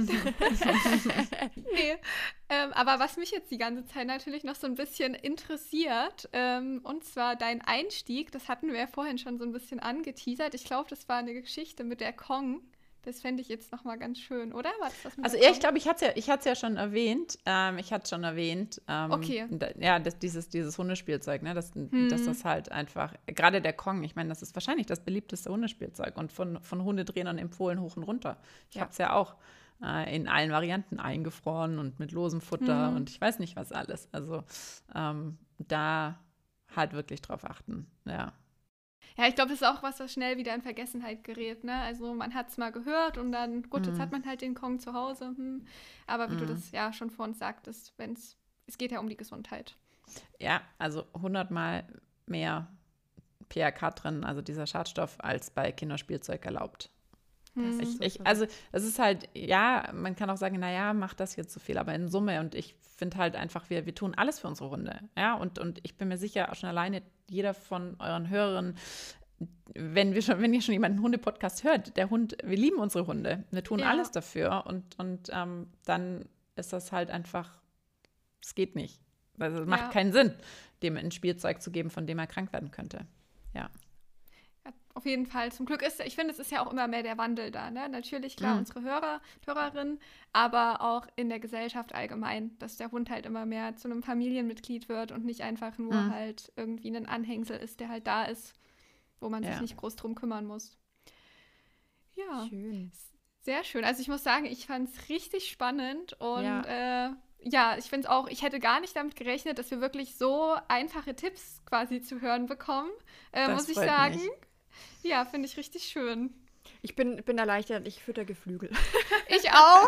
Aber was mich jetzt die ganze Zeit natürlich noch so ein bisschen interessiert, und zwar dein Einstieg, das hatten wir ja vorhin schon so ein bisschen angeteasert. Ich glaube, das war eine Geschichte mit der Kong. Das fände ich jetzt nochmal ganz schön, oder? Ich glaube, ich hatte es ja schon erwähnt. Okay. Dieses Hundespielzeug, ne? Dass das halt einfach, gerade der Kong, ich meine, das ist wahrscheinlich das beliebteste Hundespielzeug und von Hundetrainern empfohlen hoch und runter. Ich habe es ja auch in allen Varianten eingefroren und mit losem Futter und ich weiß nicht was alles. Also da halt wirklich drauf achten, ja. Ja, ich glaube, das ist auch was schnell wieder in Vergessenheit gerät, ne? Also man hat es mal gehört und dann, gut, jetzt hat man halt den Kong zu Hause. Aber wie du das ja schon vor uns sagtest, es geht ja um die Gesundheit. Ja, also 100-mal mehr PRK drin, also dieser Schadstoff, als bei Kinderspielzeug erlaubt. Also das ist halt, man kann auch sagen, macht das jetzt so viel, aber in Summe und ich finde halt einfach, wir tun alles für unsere Hunde, und ich bin mir sicher, auch schon alleine jeder von euren Hörern, wenn ihr schon jemanden Hunde-Podcast hört, der Hund, wir lieben unsere Hunde, wir tun alles dafür und dann ist das halt einfach, es geht nicht, also es macht keinen Sinn, dem ein Spielzeug zu geben, von dem er krank werden könnte, Auf jeden Fall. Zum Glück ich finde, es ist ja auch immer mehr der Wandel da. Ne? Natürlich, klar, unsere Hörerinnen, aber auch in der Gesellschaft allgemein, dass der Hund halt immer mehr zu einem Familienmitglied wird und nicht einfach nur halt irgendwie ein Anhängsel ist, der halt da ist, wo man sich nicht groß drum kümmern muss. Ja, schön. Sehr schön. Also ich muss sagen, ich fand es richtig spannend und ich finde es auch, ich hätte gar nicht damit gerechnet, dass wir wirklich so einfache Tipps quasi zu hören bekommen, muss ich sagen. Mich. Ja, finde ich richtig schön. Ich bin erleichtert, ich fütter Geflügel. Ich auch.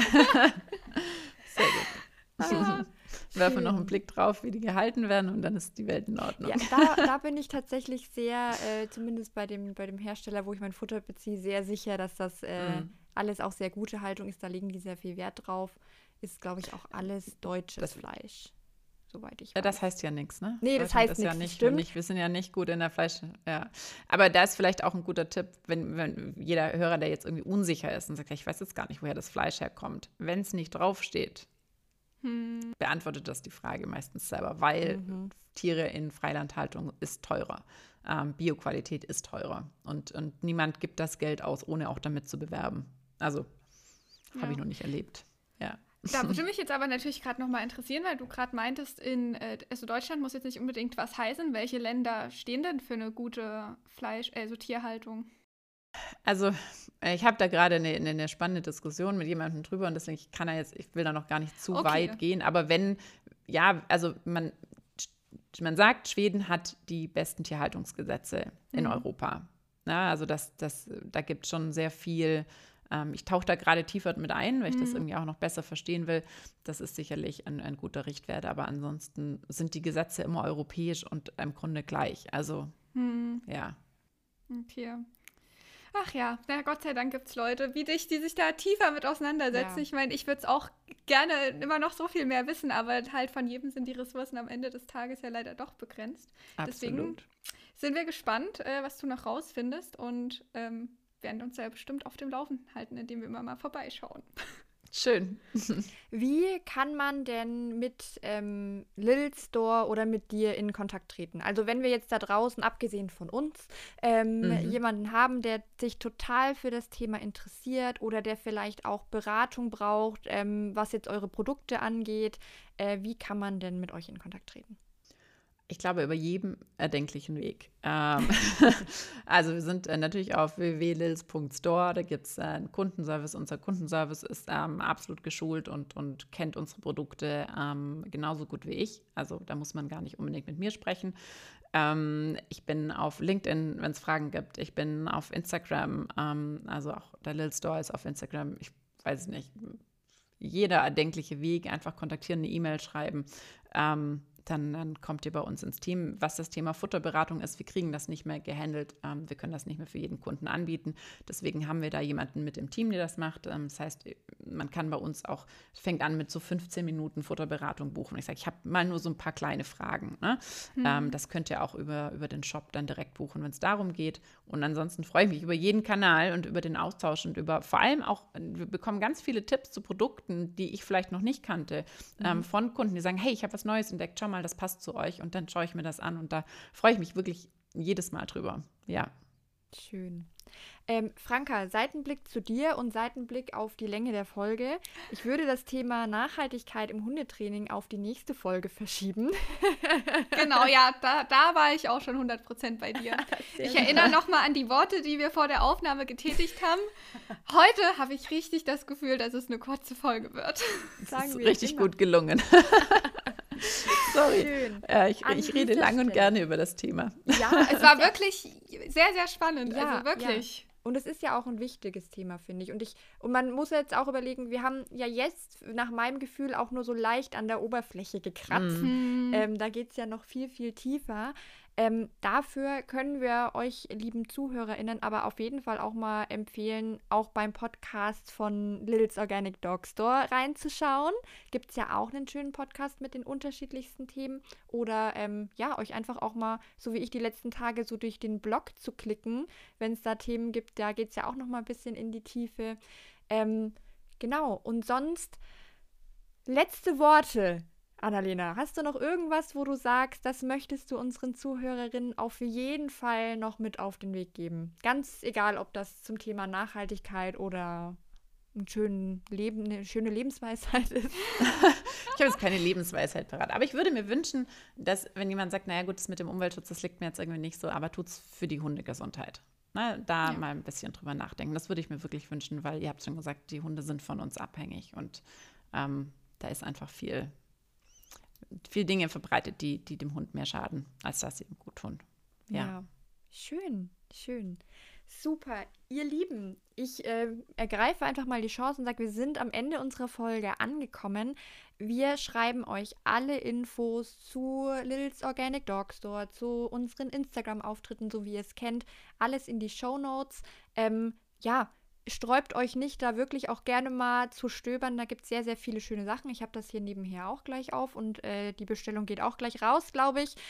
Sehr gut. Werfen noch einen Blick drauf, wie die gehalten werden und dann ist die Welt in Ordnung. Ja, da bin ich tatsächlich sehr, zumindest bei dem Hersteller, wo ich mein Futter beziehe, sehr sicher, dass das alles auch sehr gute Haltung ist. Da legen die sehr viel Wert drauf. Ist, glaube ich, auch alles deutsches Fleisch. Soweit ich weiß. Das heißt ja nichts, ne? Nee, das heißt nichts, ja nicht, wir sind ja nicht gut in der Fleisch, Aber da ist vielleicht auch ein guter Tipp, wenn jeder Hörer, der jetzt irgendwie unsicher ist und sagt, ich weiß jetzt gar nicht, woher das Fleisch herkommt, wenn es nicht draufsteht, beantwortet das die Frage meistens selber, weil Tiere in Freilandhaltung ist teurer. Bioqualität ist teurer. Und niemand gibt das Geld aus, ohne auch damit zu bewerben. Also, habe ich noch nicht erlebt, Da würde mich jetzt aber natürlich gerade nochmal interessieren, weil du gerade meintest, also Deutschland muss jetzt nicht unbedingt was heißen. Welche Länder stehen denn für eine gute Tierhaltung? Also ich habe da gerade eine spannende Diskussion mit jemandem drüber und deswegen ich will da noch gar nicht zu weit gehen. Aber man sagt, Schweden hat die besten Tierhaltungsgesetze in Europa. Ja, also da gibt es schon sehr viel Ich tauche da gerade tiefer mit ein, weil ich das irgendwie auch noch besser verstehen will. Das ist sicherlich ein guter Richtwert, aber ansonsten sind die Gesetze immer europäisch und im Grunde gleich. Also, ja. Okay. Ach ja, na Gott sei Dank gibt es Leute wie dich, die sich da tiefer mit auseinandersetzen. Ja. Ich meine, ich würde es auch gerne immer noch so viel mehr wissen, aber halt von jedem sind die Ressourcen am Ende des Tages ja leider doch begrenzt. Deswegen Absolut. sind wir gespannt, was du noch rausfindest und werden uns ja bestimmt auf dem Laufenden halten, indem wir immer mal vorbeischauen. Schön. Wie kann man denn mit Lil Store oder mit dir in Kontakt treten? Also wenn wir jetzt da draußen, abgesehen von uns, jemanden haben, der sich total für das Thema interessiert oder der vielleicht auch Beratung braucht, was jetzt eure Produkte angeht, wie kann man denn mit euch in Kontakt treten? Ich glaube, über jeden erdenklichen Weg. Also wir sind natürlich auf www.lils.store, da gibt es einen Kundenservice. Unser Kundenservice ist absolut geschult und kennt unsere Produkte genauso gut wie ich. Also da muss man gar nicht unbedingt mit mir sprechen. Ich bin auf LinkedIn, wenn es Fragen gibt. Ich bin auf Instagram, also auch der Lil Store ist auf Instagram. Ich weiß nicht, jeder erdenkliche Weg, einfach kontaktieren, eine E-Mail schreiben. Dann kommt ihr bei uns ins Team. Was das Thema Futterberatung ist, wir kriegen das nicht mehr gehandelt. Wir können das nicht mehr für jeden Kunden anbieten. Deswegen haben wir da jemanden mit im Team, der das macht. Das heißt, man kann bei uns auch, fängt an mit so 15 Minuten Futterberatung buchen. Ich sage, ich habe mal nur so ein paar kleine Fragen. Ne? Das könnt ihr auch über den Shop dann direkt buchen, wenn es darum geht. Und ansonsten freue ich mich über jeden Kanal und über den Austausch und über vor allem auch, wir bekommen ganz viele Tipps zu Produkten, die ich vielleicht noch nicht kannte, von Kunden, die sagen, hey, ich habe was Neues entdeckt, schau mal, das passt zu euch und dann schaue ich mir das an und da freue ich mich wirklich jedes Mal drüber. Ja. Schön. Franka, Seitenblick zu dir und Seitenblick auf die Länge der Folge. Ich würde das Thema Nachhaltigkeit im Hundetraining auf die nächste Folge verschieben. Genau, ja, da war ich auch schon 100% bei dir. Ich erinnere nochmal an die Worte, die wir vor der Aufnahme getätigt haben. Heute habe ich richtig das Gefühl, dass es eine kurze Folge wird. Das ist richtig gut gelungen. Sorry, ich rede lang und gerne über das Thema. Ja, es war wirklich sehr, sehr spannend. Ja, also wirklich. Ja. Und es ist ja auch ein wichtiges Thema, finde ich. Und man muss jetzt auch überlegen, wir haben ja jetzt nach meinem Gefühl auch nur so leicht an der Oberfläche gekratzt. Da geht es ja noch viel, viel tiefer. Dafür können wir euch, lieben ZuhörerInnen, aber auf jeden Fall auch mal empfehlen, auch beim Podcast von Lils Organic Dog Store reinzuschauen. Gibt es ja auch einen schönen Podcast mit den unterschiedlichsten Themen. Oder euch einfach auch mal, so wie ich die letzten Tage, so durch den Blog zu klicken, wenn es da Themen gibt. Da geht es ja auch noch mal ein bisschen in die Tiefe. Genau, und sonst letzte Worte. Annalena, hast du noch irgendwas, wo du sagst, das möchtest du unseren Zuhörerinnen auf jeden Fall noch mit auf den Weg geben? Ganz egal, ob das zum Thema Nachhaltigkeit oder eine schöne Lebensweisheit ist. Ich habe jetzt keine Lebensweisheit parat, aber ich würde mir wünschen, dass, wenn jemand sagt, naja gut, das mit dem Umweltschutz, das liegt mir jetzt irgendwie nicht so, aber tut's für die Hundegesundheit. Na, da mal ein bisschen drüber nachdenken. Das würde ich mir wirklich wünschen, weil ihr habt schon gesagt, die Hunde sind von uns abhängig und da ist einfach viele Dinge verbreitet, die dem Hund mehr schaden, als dass sie ihm gut tun. Ja. Schön. Super. Ihr Lieben, ich ergreife einfach mal die Chance und sage, wir sind am Ende unserer Folge angekommen. Wir schreiben euch alle Infos zu Lils Organic Dog Store, zu unseren Instagram-Auftritten, so wie ihr es kennt, alles in die Shownotes. Sträubt euch nicht, da wirklich auch gerne mal zu stöbern. Da gibt es sehr, sehr viele schöne Sachen. Ich habe das hier nebenher auch gleich auf und die Bestellung geht auch gleich raus, glaube ich.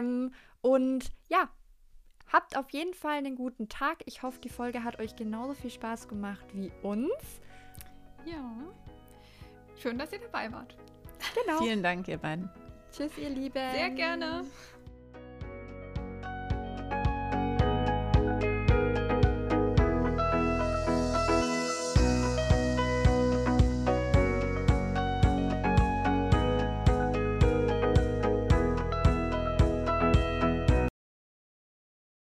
Habt auf jeden Fall einen guten Tag. Ich hoffe, die Folge hat euch genauso viel Spaß gemacht wie uns. Ja. Schön, dass ihr dabei wart. Genau. Vielen Dank, ihr beiden. Tschüss, ihr Lieben. Sehr gerne.